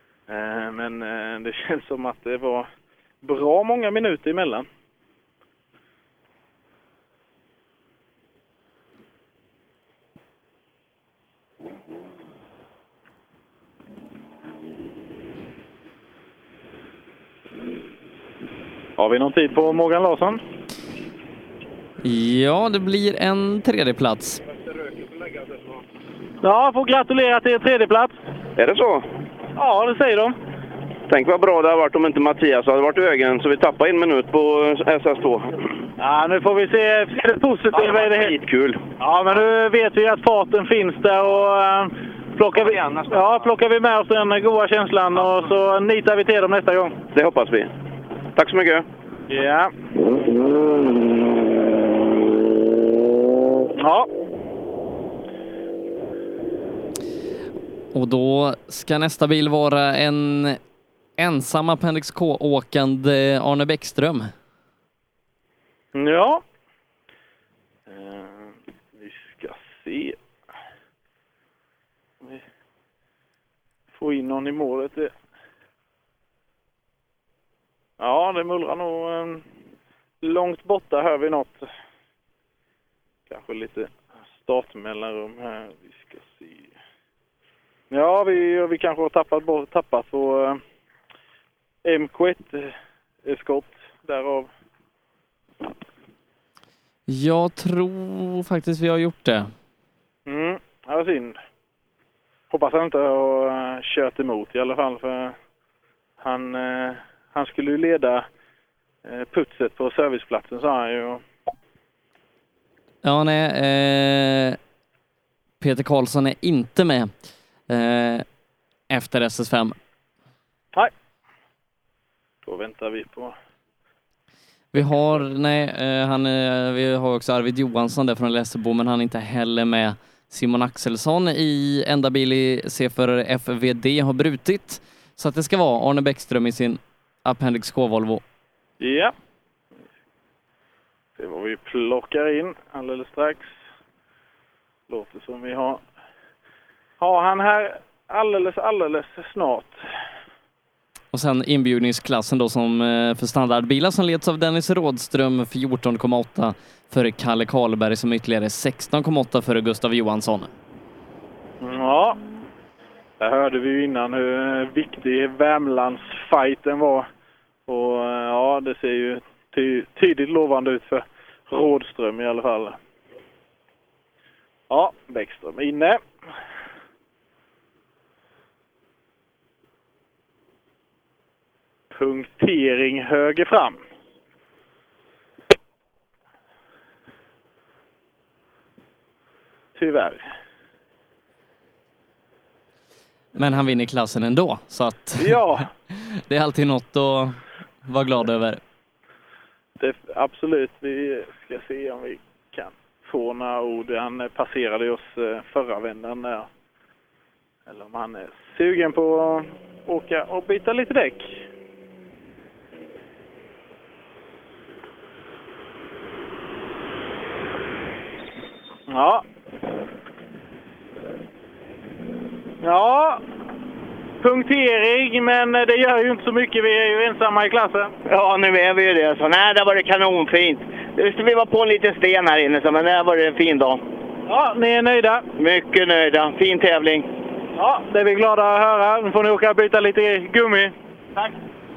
Men det känns som att det var bra många minuter emellan. Har vi någon tid på Morgan Larsson? Ja, det blir en tredje plats. Ja, får gratulera till tredje plats. Är det så? Ja, det säger de. Tänk vad bra det har varit om inte Mattias hade varit i vägen, så vi tappar 1 minut på SS2. Ja, nu får vi se det positiva i det här. Kul. Ja, men nu vet vi att farten finns där och plockar vi med oss den goda känslan och så nitar vi till dem nästa gång. Det hoppas vi. Tack så mycket. Ja. Ja. Och då ska nästa bil vara en ensam Appendix K-åkande Arne Bäckström. Ja. Vi ska se. Vi får in någon i målet. Ja, det mullrar nog långt borta. Hör vi något. Kanske lite startmellanrum här. Vi ska se. Ja, vi kanske har tappat på MK1 skott därav. Jag tror faktiskt vi har gjort det. Det var synd. Hoppas han inte har kört emot i alla fall, för han skulle ju leda putset på serviceplatsen, sa han ju. Ja, nej. Peter Karlsson är inte med efter SS5. Nej. Då väntar vi på. Vi har också Arvid Johansson där från Lessebo, men han är inte heller med. Simon Axelsson i enda bil i C4 FVD har brutit. Så att det ska vara Arne Bäckström i sin Appendix K Volvo. Ja. Det var vi plockar in alldeles strax. Låter som vi har han här alldeles snart. Och sen inbjudningsklassen då som för standardbilar som leds av Dennis Rådström 14,8 för Kalle Karlberg som ytterligare 16,8 för Gustav Johansson. Ja, där hörde vi ju innan hur viktig Värmlandsfighten var. Och ja, det ser ju tydligt lovande ut för Rådström i alla fall. Ja, Bäckström inne. Punktering höger fram. Tyvärr. Men han vinner klassen ändå, så att ja. Det är alltid något att vara glad över. Absolut, vi ska se om vi kan få några ord. Han passerade oss förra vändan där. Eller om han är sugen på att åka och byta lite däck. Ja. Ja. Punktering, men det gör ju inte så mycket. Vi är ju ensamma i klassen. Ja, nu är vi ju det. Så nej, där var det kanonfint. Vi var på en liten sten här inne, så, men där var det en fin dag. Ja, ni är nöjda? Mycket nöjda. Fin tävling. Ja, det är vi glada att höra. Nu får ni åka och byta lite gummi. Tack.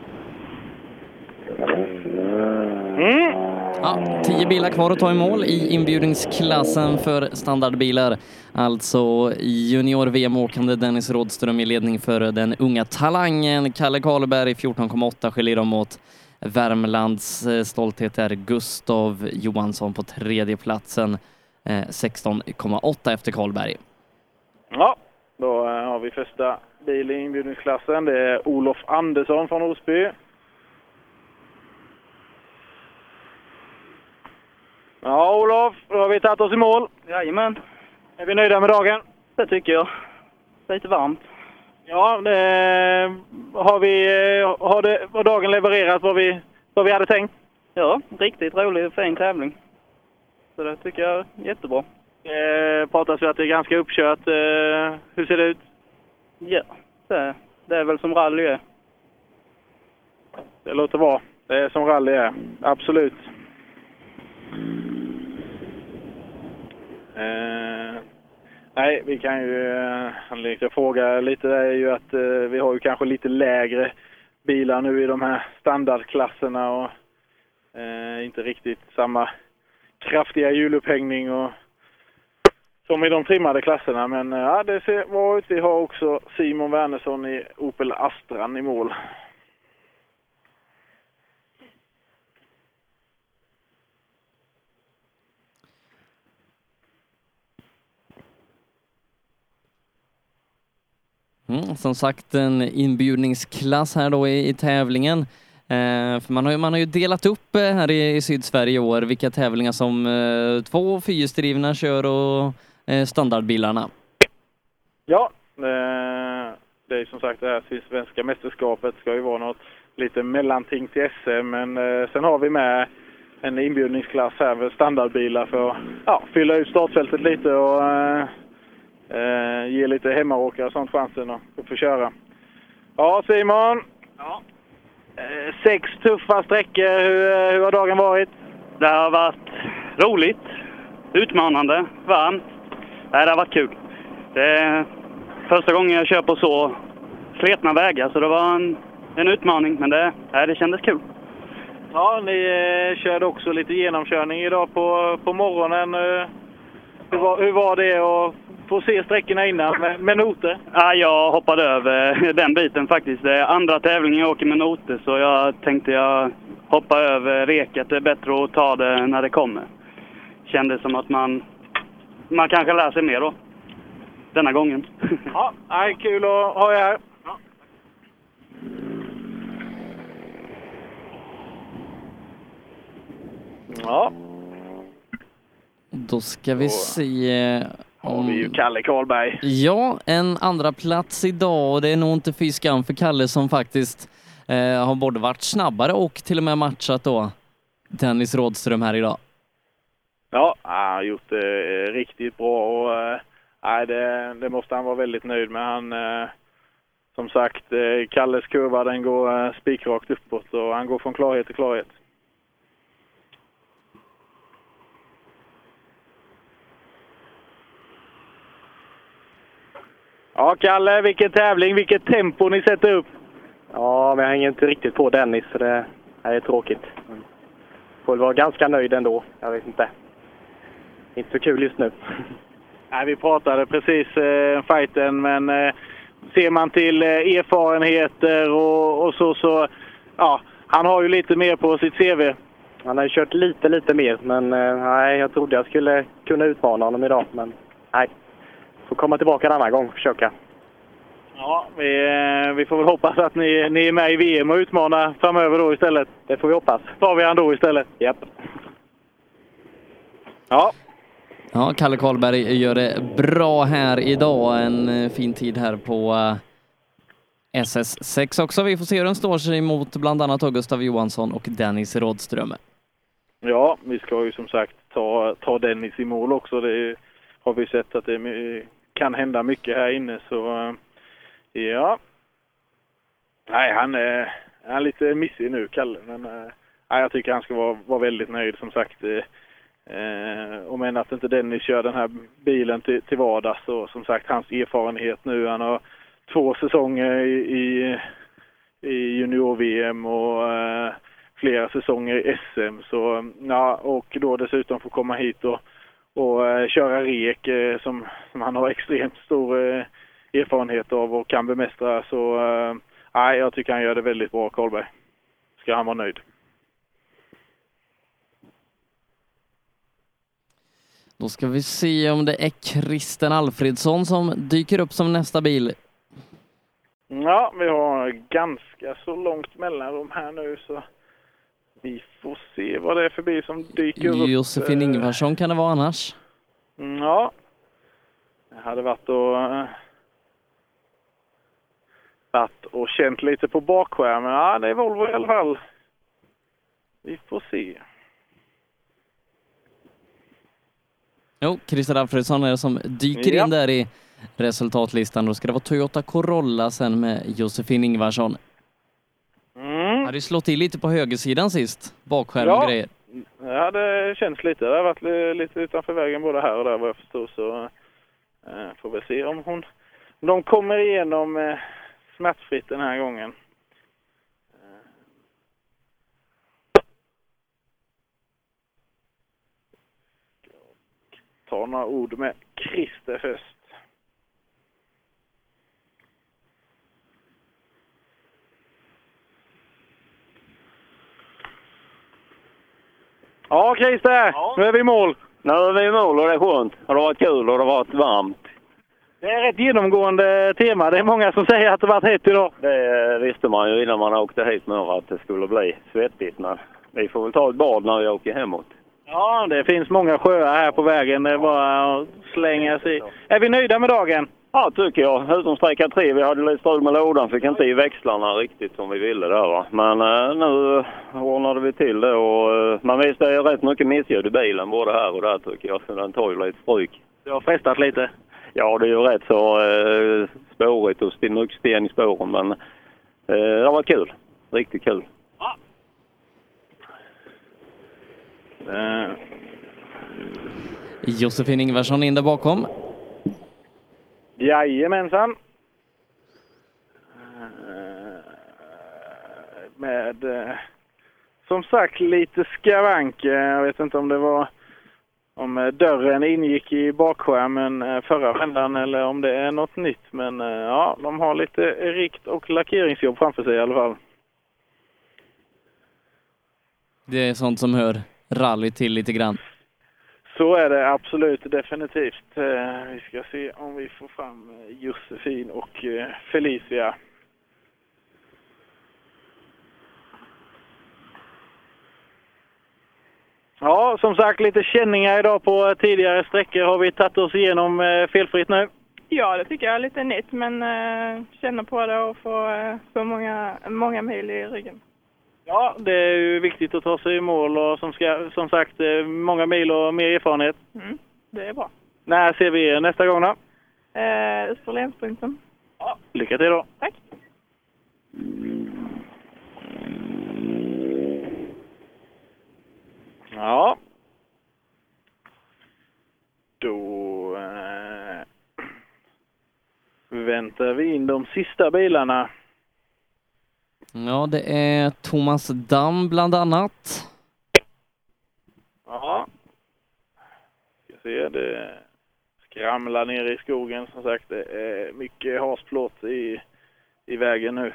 Ja, 10 bilar kvar att ta i mål i inbjudningsklassen för standardbilar. Alltså junior-VM-åkande Dennis Rådström i ledning för den unga talangen Kalle Karlberg 14,8 skiljer dem åt. Värmlands stolthet är Gustav Johansson på tredje platsen 16,8 efter Karlberg. Ja, då har vi första bil i inbjudningsklassen. Det är Olof Andersson från Osby. Ja, Olof, då har vi tagit oss i mål. Jajamän. Är vi nöjda med dagen? Det tycker jag. Lite varmt. Ja, har dagen levererat vad vi hade tänkt? Ja, riktigt rolig och fin tävling. Så det tycker jag är jättebra. Pratas vi att det är ganska uppkört. Hur ser det ut? Ja, det är väl som rally är. Det låter bra. Det är som rally är. Absolut. Nej, vi kan ju fråga lite, är ju att vi har ju kanske lite lägre bilar nu i de här standardklasserna och Inte riktigt samma kraftiga hjulupphängning och som i de trimmade klasserna. Men ja, det ser bra ut. Vi har också Simon Wernersson i Opel Astran i mål. Som sagt, en inbjudningsklass här då i tävlingen. För man har ju delat upp här i Sydsverige i år vilka tävlingar som 2- och 4-strivna kör och standardbilarna. Ja, det är som sagt det här svenska mästerskapet ska ju vara något lite mellanting till SM. Men sen har vi med en inbjudningsklass här med standardbilar för att fylla ut startfältet lite och ge lite hemmaåkare och sånt chansen att få köra. Ja, Simon. Ja. 6 tuffa sträckor. Hur har dagen varit? Det har varit roligt, utmanande, varmt. Det har varit kul. Det är första gången jag kör på så sletna vägar, så det var en utmaning, men det kändes kul. Ja, ni körde också lite genomkörning idag på morgonen. Hur var det att få se sträckorna innan med noter? Ja, jag hoppade över den biten faktiskt. Det är andra tävlingen jag åker med noter, så jag tänkte jag hoppar över reket. Det är bättre att ta det när det kommer. Kändes som att man kanske lär sig mer då. Denna gången. Ja, kul att ha er här. Ja. Då ska vi se om vi ju Kalle Karlberg. Ja, en andra plats idag, och det är nog inte fy skam för Kalle som faktiskt har både varit snabbare och till och med matchat då Dennis Rådström här idag. Ja, han har gjort det riktigt bra och det måste han vara väldigt nöjd med. Han, som sagt, Kalles kurva den går spikrakt uppåt och han går från klarhet till klarhet. Ja, Kalle, vilken tävling, vilket tempo ni sätter upp. Ja, men jag hänger inte riktigt på Dennis, så det är tråkigt. Får vara ganska nöjd ändå, jag vet inte. Inte så kul just nu. Nej, vi pratade precis fighten, men ser man till erfarenheter och så ja, han har ju lite mer på sitt CV. Han har ju kört lite mer, men nej, jag trodde jag skulle kunna utmana honom idag, men nej. Får komma tillbaka en annan gång och försöka. Ja, vi får väl hoppas att ni är med i VM och utmanar framöver då istället. Det får vi hoppas. Tar vi han då istället? Japp. Ja. Ja, Kalle Karlberg gör det bra här idag. En fin tid här på SS6 också. Vi får se hur den står sig mot bland annat Gustav Johansson och Dennis Rådström. Ja, vi ska ju som sagt ta Dennis i mål också. Det har vi sett att det kan hända mycket här inne, så ja. Nej, han är lite missig nu, Kalle, men jag tycker han ska vara väldigt nöjd som sagt. Om än att inte Dennis kör den här bilen till vardags, så som sagt hans erfarenhet nu, han har 2 säsonger i junior-VM och flera säsonger i SM, så ja, och då dessutom få komma hit och köra rek som han har extremt stor erfarenhet av och kan bemästra, så jag tycker han gör det väldigt bra, Karlberg. Ska han vara nöjd. Då ska vi se om det är Christian Alfredsson som dyker upp som nästa bil. Ja, vi har ganska så långt mellanrum här nu, så vi får se vad det är för bil som dyker upp. Josefin Ingvarsson kan det vara annars. Ja, jag hade varit och känt lite på bakskärmen. Ja, det är Volvo i alla fall. Vi får se. Jo, Christian Alfredsson är det som dyker in där i resultatlistan. Då ska det vara Toyota Corolla sen med Josefin Ingvarsson. Hade ju slått i lite på högersidan sist. Bakskärm och grejer. Ja, det känns lite. Det har varit lite utanför vägen både här och där vad jag förstår. Så får vi se om de kommer igenom smärtfritt den här gången. ta några ord med Christer först. Ja, Christer, nu är vi i mål. Nu är vi i mål och det är skönt. Det har varit kul och det har varit varmt. Det är ett genomgående tema. Det är många som säger att det varit hett idag. Det visste man ju innan man åkte hit nu att det skulle bli svettigt. Men vi får väl ta ett bad när vi åker hemåt. Ja, det finns många sjöar här på vägen. Det är bara att slänga sig. Är vi nöjda med dagen? Ja, tycker jag. Utom sträcka 3. Vi hade lite strul med lådan. Fick inte i växlarna riktigt som vi ville där, va? Men nu ordnade vi till det. Och, man visst, det är rätt mycket missljud i bilen både här och där, tycker jag. Så den tar ju lite stryk. Du har frestat lite? Ja, det är ju rätt så spårigt och mycket sten i spåren. Men det var kul. Riktigt kul. Ja. Josefin Ingvarsson in där bakom. Jajamensan. Med som sagt lite skavanker. Jag vet inte om det var om dörren ingick i bakskärmen förra vändan eller om det är något nytt. Men ja, de har lite rikt- och lackeringsjobb framför sig i alla fall. Det är sånt som hör rally till lite grann. Så är det absolut, definitivt. Vi ska se om vi får fram Josefin och Felicia. Ja, som sagt, lite känningar idag på tidigare sträckor. Har vi tagit oss igenom felfritt nu? Ja, det tycker jag är lite nytt, men känna på det och få så många mil i ryggen. Ja, det är ju viktigt att ta sig i mål och som sagt, många mil och mer erfarenhet. Mm, det är bra. När ser vi er nästa gång då? Österlenspunkten. Ja, lycka till då. Tack. Ja. Då väntar vi in de sista bilarna. Ja, det är Thomas Damm bland annat. Ja. Ska se, det skramlar ner i skogen som sagt. Det är mycket hasplåt i vägen nu.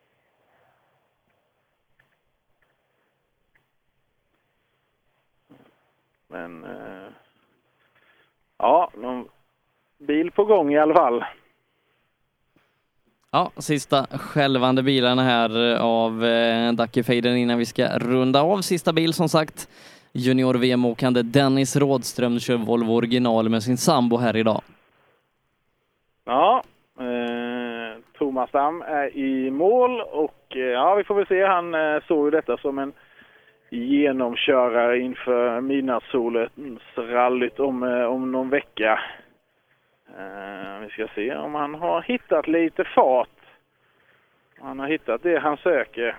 Men ja, någon bil på gång i alla fall. Ja, sista skälvande bilarna här av Dackefejden innan vi ska runda av. Sista bil som sagt, junior-VM-åkande Dennis Rådström kör Volvo original med sin sambo här idag. Ja, Thomas Damm är i mål och ja, vi får väl se. Han såg ju detta som en genomkörare inför midnattssolens rallyt om någon vecka. Vi ska se om han har hittat lite fart. Han har hittat det han söker.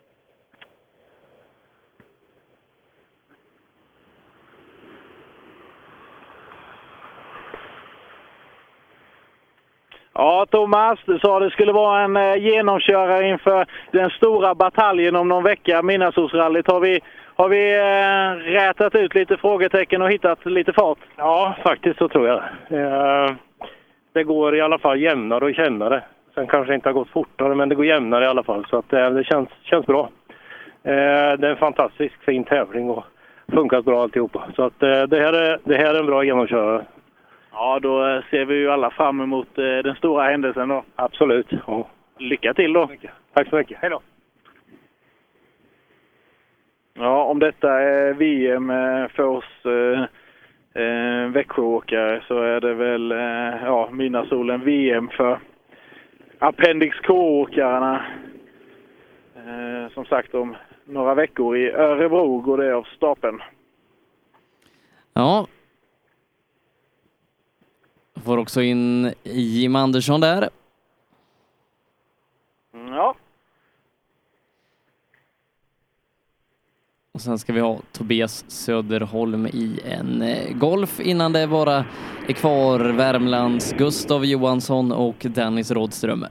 Ja, Thomas, du sa det skulle vara en genomkörare inför den stora bataljen om någon vecka, midnattssolsrallyt. Har vi rätat ut lite frågetecken och hittat lite fart? Ja, faktiskt så tror jag. Det går i alla fall jämnare och jämnare. Sen kanske det inte har gått fortare, men det går jämnare i alla fall. Så att det känns bra. Det är en fantastisk fin tävling och funkar bra alltihopa. Så att det här är en bra genomkörare. Ja, då ser vi ju alla fram emot den stora händelsen då. Absolut. Ja. Lycka till då. Tack så mycket. Hej då. Ja, om detta är VM för oss Växjöåkare så är det väl midnattssolen VM för Appendix K-åkarna. Som sagt, om några veckor i Örebro går det av stapeln. Ja. Får också in Jim Andersson där. Ja. Och sen ska vi ha Tobias Söderholm i en Golf innan det bara är kvar Värmlands Gustav Johansson och Dennis Rådström.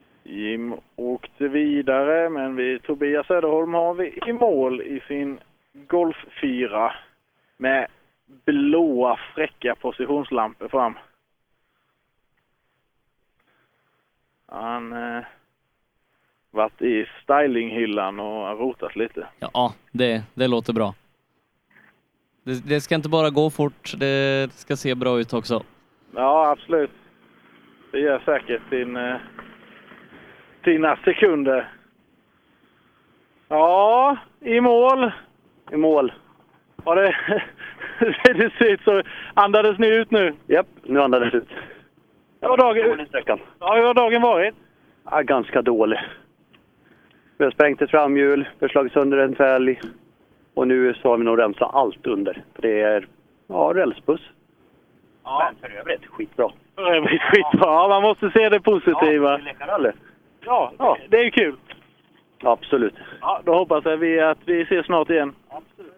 Jim åkte vidare, men Tobias Söderholm har vi i mål i sin Golf 4 med blåa fräcka positionslampor fram. Han varit i stylinghyllan och rotat lite. Ja, det låter bra. Det ska inte bara gå fort, det ska se bra ut också. Ja, absolut. Det gör säkert sina sekunder. Ja, i mål. I mål. Ja, det ser ut så. Andades ni ut nu? Japp, nu andades ut. Hur har dagen varit? Ja, ganska dålig. Vi har sprängt ett framhjul, vi har slagit sönder en fälg. Och nu så har vi nog rensat allt under. Det är rälsbuss. Ja. Men för övrigt skitbra. För övrigt skitbra. Ja, man måste se det positiva. Ja, det är ju kul. Absolut. Ja, då hoppas vi att vi ses snart igen. Absolut.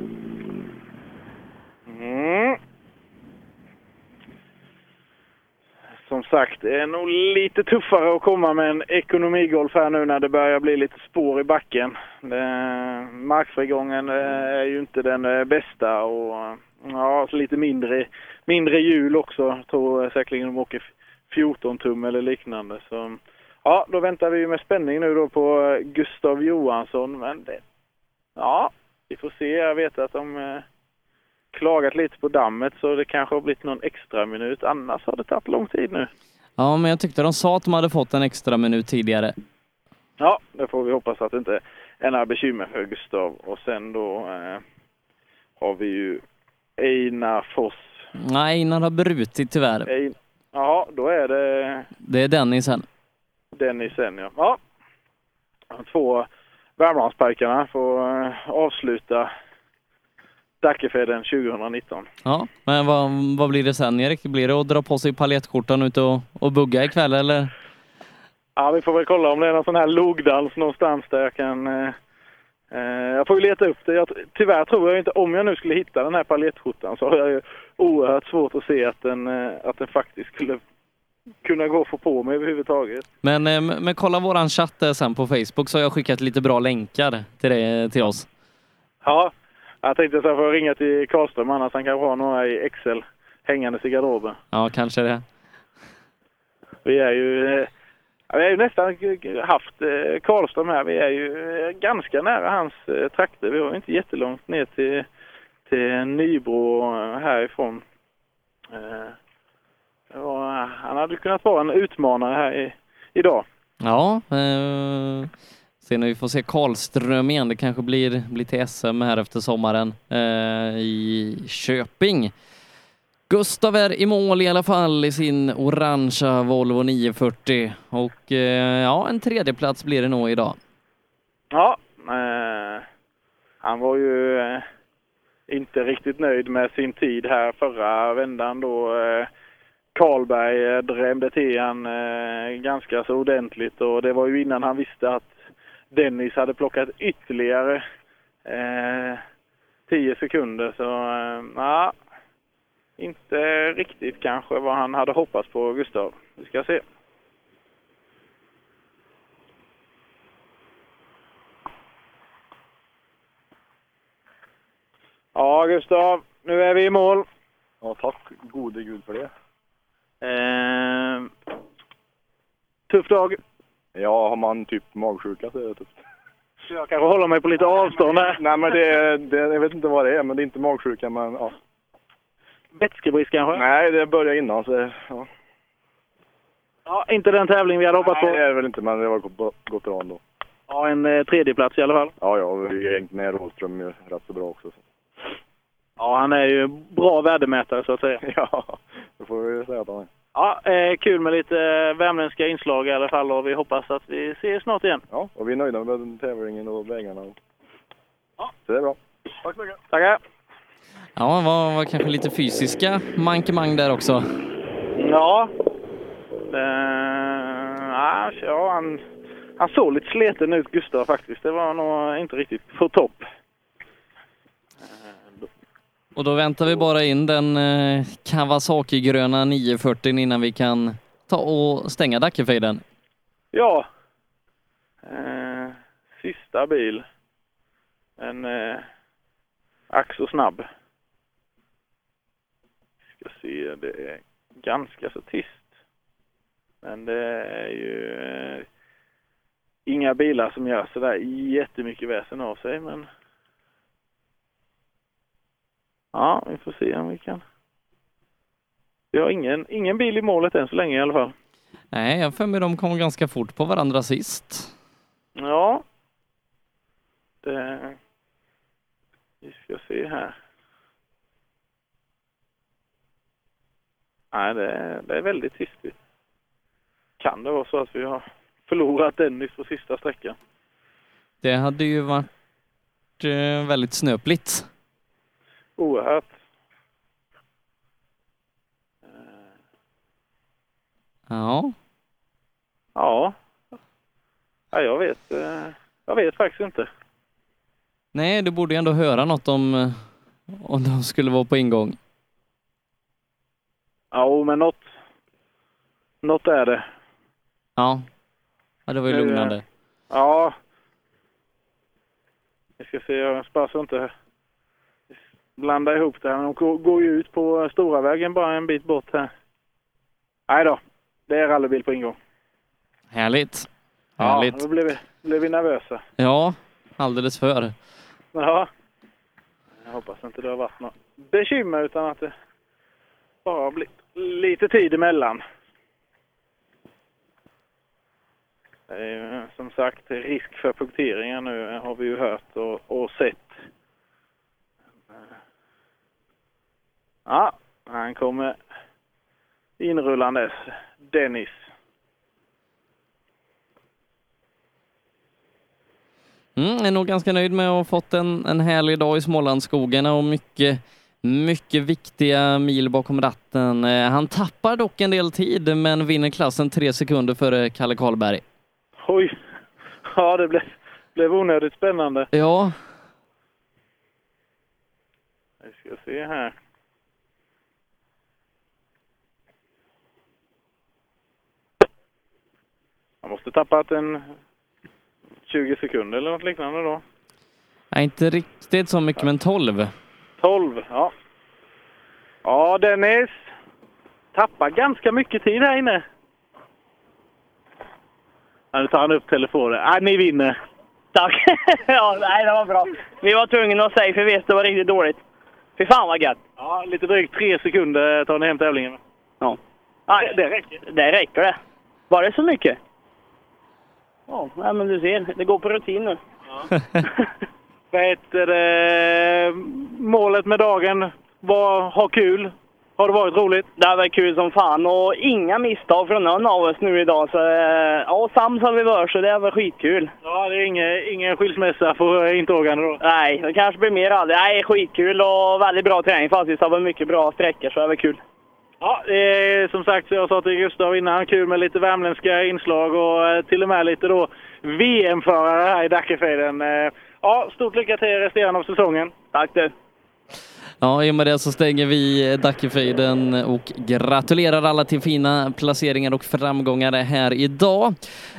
Som sagt, det är nog lite tuffare att komma med en ekonomigolf här nu när det börjar bli lite spår i backen. Markfrigången är ju inte den bästa och lite mindre hjul också. Jag tror säkerligen de åker 14 tum eller liknande. Så ja, då väntar vi med spänning nu då på Gustav Johansson. Men vi får se. Jag vet att de klagat lite på dammet så det kanske har blivit någon extra minut. Annars har det tagit lång tid nu. Ja, men jag tyckte de sa att de hade fått en extra minut tidigare. Ja, det får vi hoppas att det inte är några bekymmer för Gustav. Och sen då har vi ju Einar Foss. Nej, Einar har brutit tyvärr. Ja, då är det... Det är Dennisen. Dennisen, ja. Ja. 2 Värmlandspojkarna får avsluta Dackefjärden 2019. Ja, men vad blir det sen, Erik? Blir det att dra på sig paljettskjortan ut och bugga ikväll, eller? Ja, vi får väl kolla om det är någon sån här logdans någonstans där jag kan... jag får ju leta upp det. Tyvärr tror jag inte, om jag nu skulle hitta den här paljettskjortan så har jag ju oerhört svårt att se att den faktiskt skulle kunna gå att få på mig överhuvudtaget. Men kolla våran chatt där sen på Facebook så har jag skickat lite bra länkar till oss. Ja, jag tänkte så jag får ringa till Karlström, annars han kanske har några i Excel hängandes i garderoben. Ja, kanske det. Vi har ju nästan haft Karlström här. Vi är ju ganska nära hans trakter. Vi har inte jättelångt ner till Nybro härifrån. Han hade kunnat vara en utmanare här idag. Ja, sen när vi får se Karlström igen. Det kanske blir till SM här efter sommaren i Köping. Gustav är i mål i alla fall i sin orangea Volvo 940. Och en tredje plats blir det nog idag. Ja, han var ju inte riktigt nöjd med sin tid här förra vändan då. Karlberg drämde till han ganska så ordentligt och det var ju innan han visste att Dennis hade plockat ytterligare 10 sekunder så inte riktigt kanske vad han hade hoppats på Gustav. Vi ska se. Ja, Gustav, nu är vi i mål. Ja, tack gode gud för det. Tuff dag. Ja, har man typ magsjuka så är det tufft. Så jag kanske håller mig på lite avstånd här. Nej, men jag vet inte vad det är, men det är inte magsjuka, men ja. Vätskebrist kanske? Nej, det började innan så ja. Ja, inte den tävling vi hade hoppats på. Nej, det är väl inte, men det var gått bra ändå. Ja, en tredje plats i alla fall. Ja, vi är inte med Rådström ju rätt så bra också. Så. Ja, han är ju bra värdemätare så att säga. Ja, det får vi säga att han är. Ja, kul med lite värmländska inslag i alla fall och vi hoppas att vi ses snart igen. Ja, och vi är nöjda med tävlingen och vägarna. Ja. Så det är bra. Tack så mycket. Tackar. Ja, var kanske lite fysiska mankemang där också. Ja. Han såg lite sleten ut, Gustav, faktiskt. Det var nog inte riktigt på topp. Och då väntar vi bara in den Kawasaki-gröna 940 innan vi kan ta och stänga Dackefejden. Ja. Sista bil. En ack så snabb. Ska se, det är ganska så tyst. Men det är ju inga bilar som gör så där jättemycket väsen av sig, men ja, vi får se om vi kan. Vi har ingen bil i målet än så länge i alla fall. Nej, jag för mig de kom ganska fort på varandra sist. Ja. Vi ska se här. Nej, det är väldigt tyst. Kan det vara så att vi har förlorat Dennis på sista sträckan? Det hade ju varit väldigt snöpligt. Oerhört. Ja. Ja. Ja, jag vet faktiskt inte. Nej, du borde ju ändå höra något om de skulle vara på ingång. Ja, men något är det. Ja, det var ju lugnande. Ja. Jag ska se, jag spassar inte blanda ihop det här. De går ju ut på stora vägen bara en bit bort här. Nej då, det är rallybil på ingång. Härligt. Ja, då blev vi nervösa. Ja, alldeles för. Ja. Jag hoppas inte det har varit något bekymmer utan att det bara har blivit lite tid emellan. Det är ju som sagt risk för punkteringar nu har vi ju hört och sett. Ja, han kommer inrullandes. Dennis. Jag är nog ganska nöjd med att ha fått en härlig dag i Smålandsskogarna och mycket viktiga mil bakom ratten. Han tappar dock en del tid men vinner klassen 3 sekunder före Kalle Karlberg. Oj, ja det blev onödigt spännande. Ja. Vi ska se här. Jag måste tappat en 20 sekunder eller något liknande då. Nej, inte riktigt så mycket, men 12. 12, ja. Ja, Dennis. Tappar ganska mycket tid här inne. Ja, nu tar han upp telefonen. Nej, ni vinner. Tack. Ja, nej, det var bra. Vi var tvungna att säga för vi visste det var riktigt dåligt. Fy fan vad gött. Ja, lite drygt 3 sekunder tar ni hem tävlingen. Ja. Nej, det räcker. Det räcker det. Var det så mycket? Ja, nej, men du ser. Det går på rutin nu. Ja. Vad heter det? Målet med dagen var ha kul. Har det varit roligt? Det har varit kul som fan och inga misstag från någon av oss nu idag. Så ja, sams har vi varit så det har varit skitkul. Ja, det är ingen skilsmässa för intågande då? Nej, det kanske blir mer aldrig. Nej, skitkul och väldigt bra träning faktiskt. Det var mycket bra sträckor så det var kul. Ja, som sagt så jag sa till Gustav innan, kul med lite värmländska inslag och till och med lite då VM-förare här i Dackefejden. Ja, stort lycka till resten av säsongen. Tack du. Ja, i och med det så stänger vi Dackefejden och gratulerar alla till fina placeringar och framgångar här idag.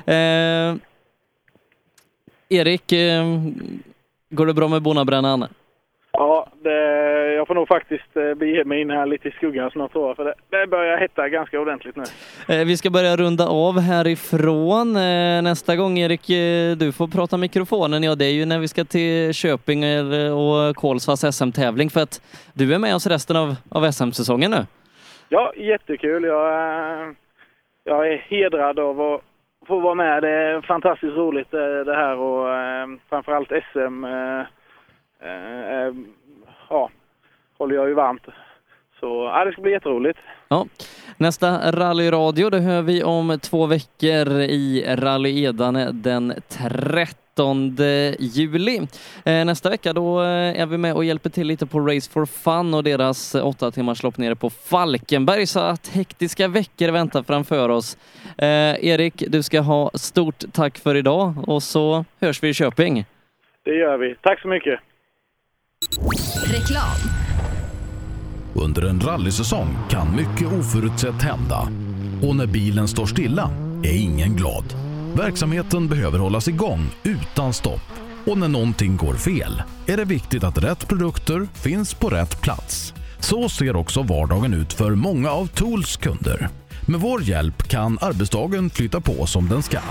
Erik, går det bra med Bonabrännan? Ja, jag får nog faktiskt bege mig in här lite i skuggan snart tror jag, för det börjar hetta ganska ordentligt nu. Vi ska börja runda av härifrån. Nästa gång, Erik, du får prata mikrofonen. Ja, det är ju när vi ska till Köping och Kolsvas SM-tävling, för att du är med oss resten av SM-säsongen nu. Ja, jättekul. Jag är hedrad av att få vara med. Det är fantastiskt roligt det här och framförallt SM håller jag ju varmt. Så det ska bli jätteroligt. Ja. Nästa rallyradio det hör vi om 2 veckor i Rally Edane den 13 juli. Nästa vecka då är vi med och hjälper till lite på Race for Fun och deras 8 timmars lopp nere på Falkenberg, så att hektiska veckor väntar framför oss. Erik, du ska ha stort tack för idag och så hörs vi i Köping. Det gör vi. Tack så mycket. Reklam. Under en rallysäsong kan mycket oförutsett hända. Och när bilen står stilla är ingen glad. Verksamheten behöver hållas igång utan stopp. Och när någonting går fel är det viktigt att rätt produkter finns på rätt plats. Så ser också vardagen ut för många av Tools kunder. Med vår hjälp kan arbetsdagen flytta på som den ska.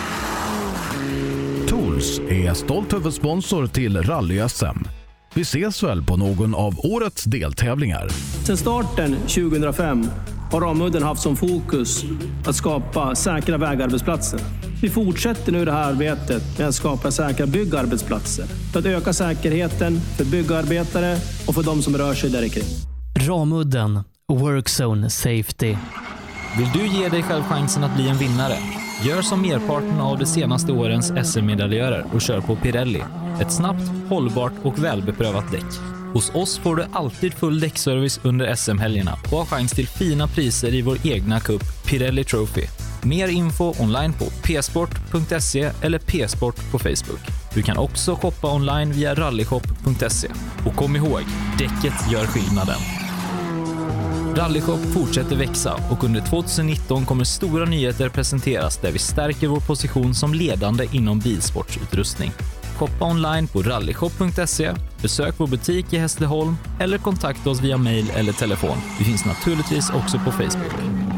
Tools är stolt huvudsponsor till Rally-SM. Vi ses väl på någon av årets deltävlingar. Sedan starten 2005 har Ramudden haft som fokus att skapa säkra vägarbetsplatser. Vi fortsätter nu det här arbetet med att skapa säkra byggarbetsplatser för att öka säkerheten för byggarbetare och för de som rör sig där kring. Ramudden Workzone Safety. Vill du ge dig själv chansen att bli en vinnare? Gör som merparten av de senaste årens SM-medaljörer och kör på Pirelli. Ett snabbt, hållbart och välbeprövat däck. Hos oss får du alltid full däckservice under SM-helgerna och har chans till fina priser i vår egna cup Pirelli Trophy. Mer info online på psport.se eller psport på Facebook. Du kan också shoppa online via rallyshop.se. Och kom ihåg, däcket gör skillnaden. Rallyshop fortsätter växa och under 2019 kommer stora nyheter presenteras där vi stärker vår position som ledande inom bilsportsutrustning. Shoppa online på rallyshop.se, besök vår butik i Hässleholm eller kontakta oss via mail eller telefon. Vi finns naturligtvis också på Facebook.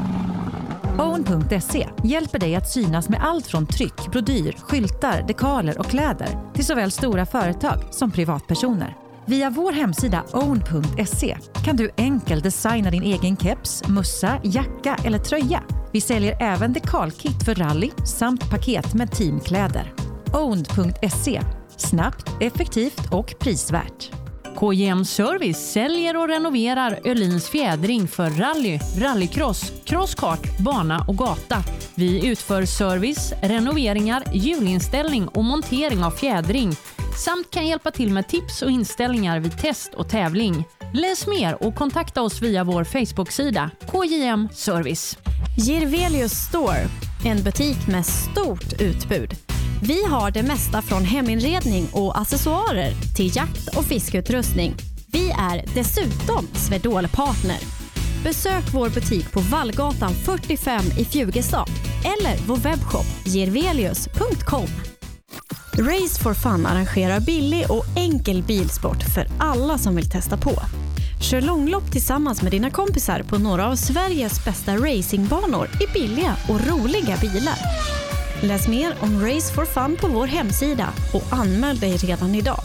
Own.se hjälper dig att synas med allt från tryck, brodyr, skyltar, dekaler och kläder till såväl stora företag som privatpersoner. Via vår hemsida own.se kan du enkelt designa din egen keps, mussa, jacka eller tröja. Vi säljer även dekalkit för rally samt paket med teamkläder. Own.se. Snabbt, effektivt och prisvärt. KJM Service säljer och renoverar Öhlins fjädring för rally, rallycross, crosskart, bana och gata. Vi utför service, renoveringar, hjulinställning och montering av fjädring samt kan hjälpa till med tips och inställningar vid test och tävling. Läs mer och kontakta oss via vår Facebook-sida KJM Service. Jirvelius Store, en butik med stort utbud. Vi har det mesta från heminredning och accessoarer till jakt- och fiskeutrustning. Vi är dessutom Swedol-partner. Besök vår butik på Vallgatan 45 i Fjugestad eller vår webbshop jirvelius.com. Race for Fun arrangerar billig och enkel bilsport för alla som vill testa på. Kör långlopp tillsammans med dina kompisar på några av Sveriges bästa racingbanor i billiga och roliga bilar. Läs mer om Race for Fun på vår hemsida och anmäl dig redan idag.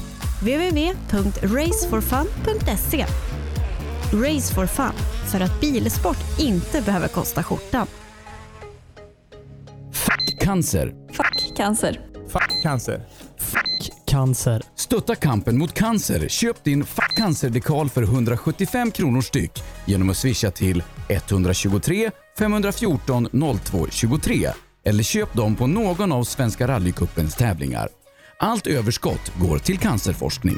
www.raceforfun.se. Race for Fun, för att bilsport inte behöver kosta skjortan. Fuck cancer. Fuck cancer. Fuck cancer. Fuck cancer. Stötta kampen mot cancer. Köp din Fuck cancer-dekal för 175 kronor styck genom att swisha till 123 514 02 23 eller köp dem på någon av Svenska rallycupens tävlingar. Allt överskott går till cancerforskning.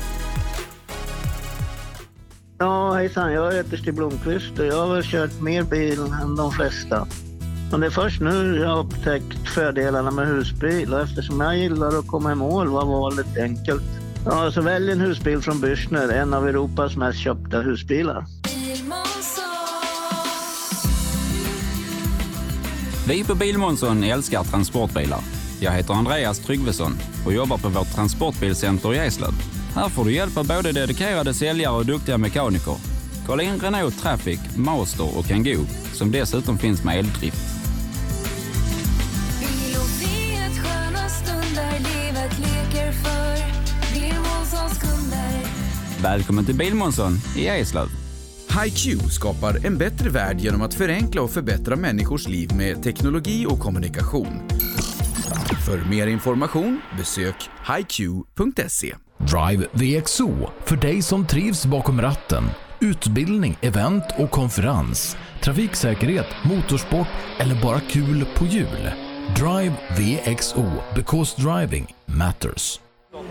Ja, hejsan. Jag heter Stig Blomqvist och jag har väl kört mer bil än de flesta. Men det är först nu jag har upptäckt fördelarna med husbil och eftersom jag gillar att komma i mål var valet enkelt. Ja, så välj en husbil från Bürstner, en av Europas mest köpta husbilar. Vi på Bilmånsson älskar transportbilar. Jag heter Andreas Tryggvesson och jobbar på vårt transportbilcenter i Eslöv. Här får du hjälp av både dedikerade säljare och duktiga mekaniker. Kolla in Renault Traffic, Master och Kangoo som dessutom finns med eldrift. Välkommen till Bilmånsson i Eslöv. HiQ skapar en bättre värld genom att förenkla och förbättra människors liv med teknologi och kommunikation. För mer information besök hiq.se. Drive VXO för dig som trivs bakom ratten. Utbildning, event och konferens. Trafiksäkerhet, motorsport eller bara kul på hjul. Drive VXO because driving matters.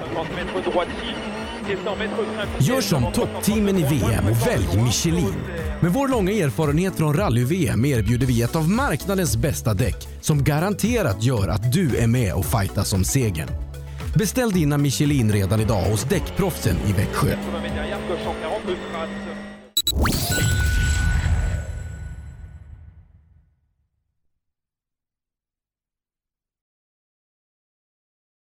Gör som toppteamen i VM och välj Michelin. Med vår långa erfarenhet från rally-VM erbjuder vi ett av marknadens bästa däck som garanterat gör att du är med och fightas om segern. Beställ dina Michelin redan idag hos Däckproffsen i Växjö.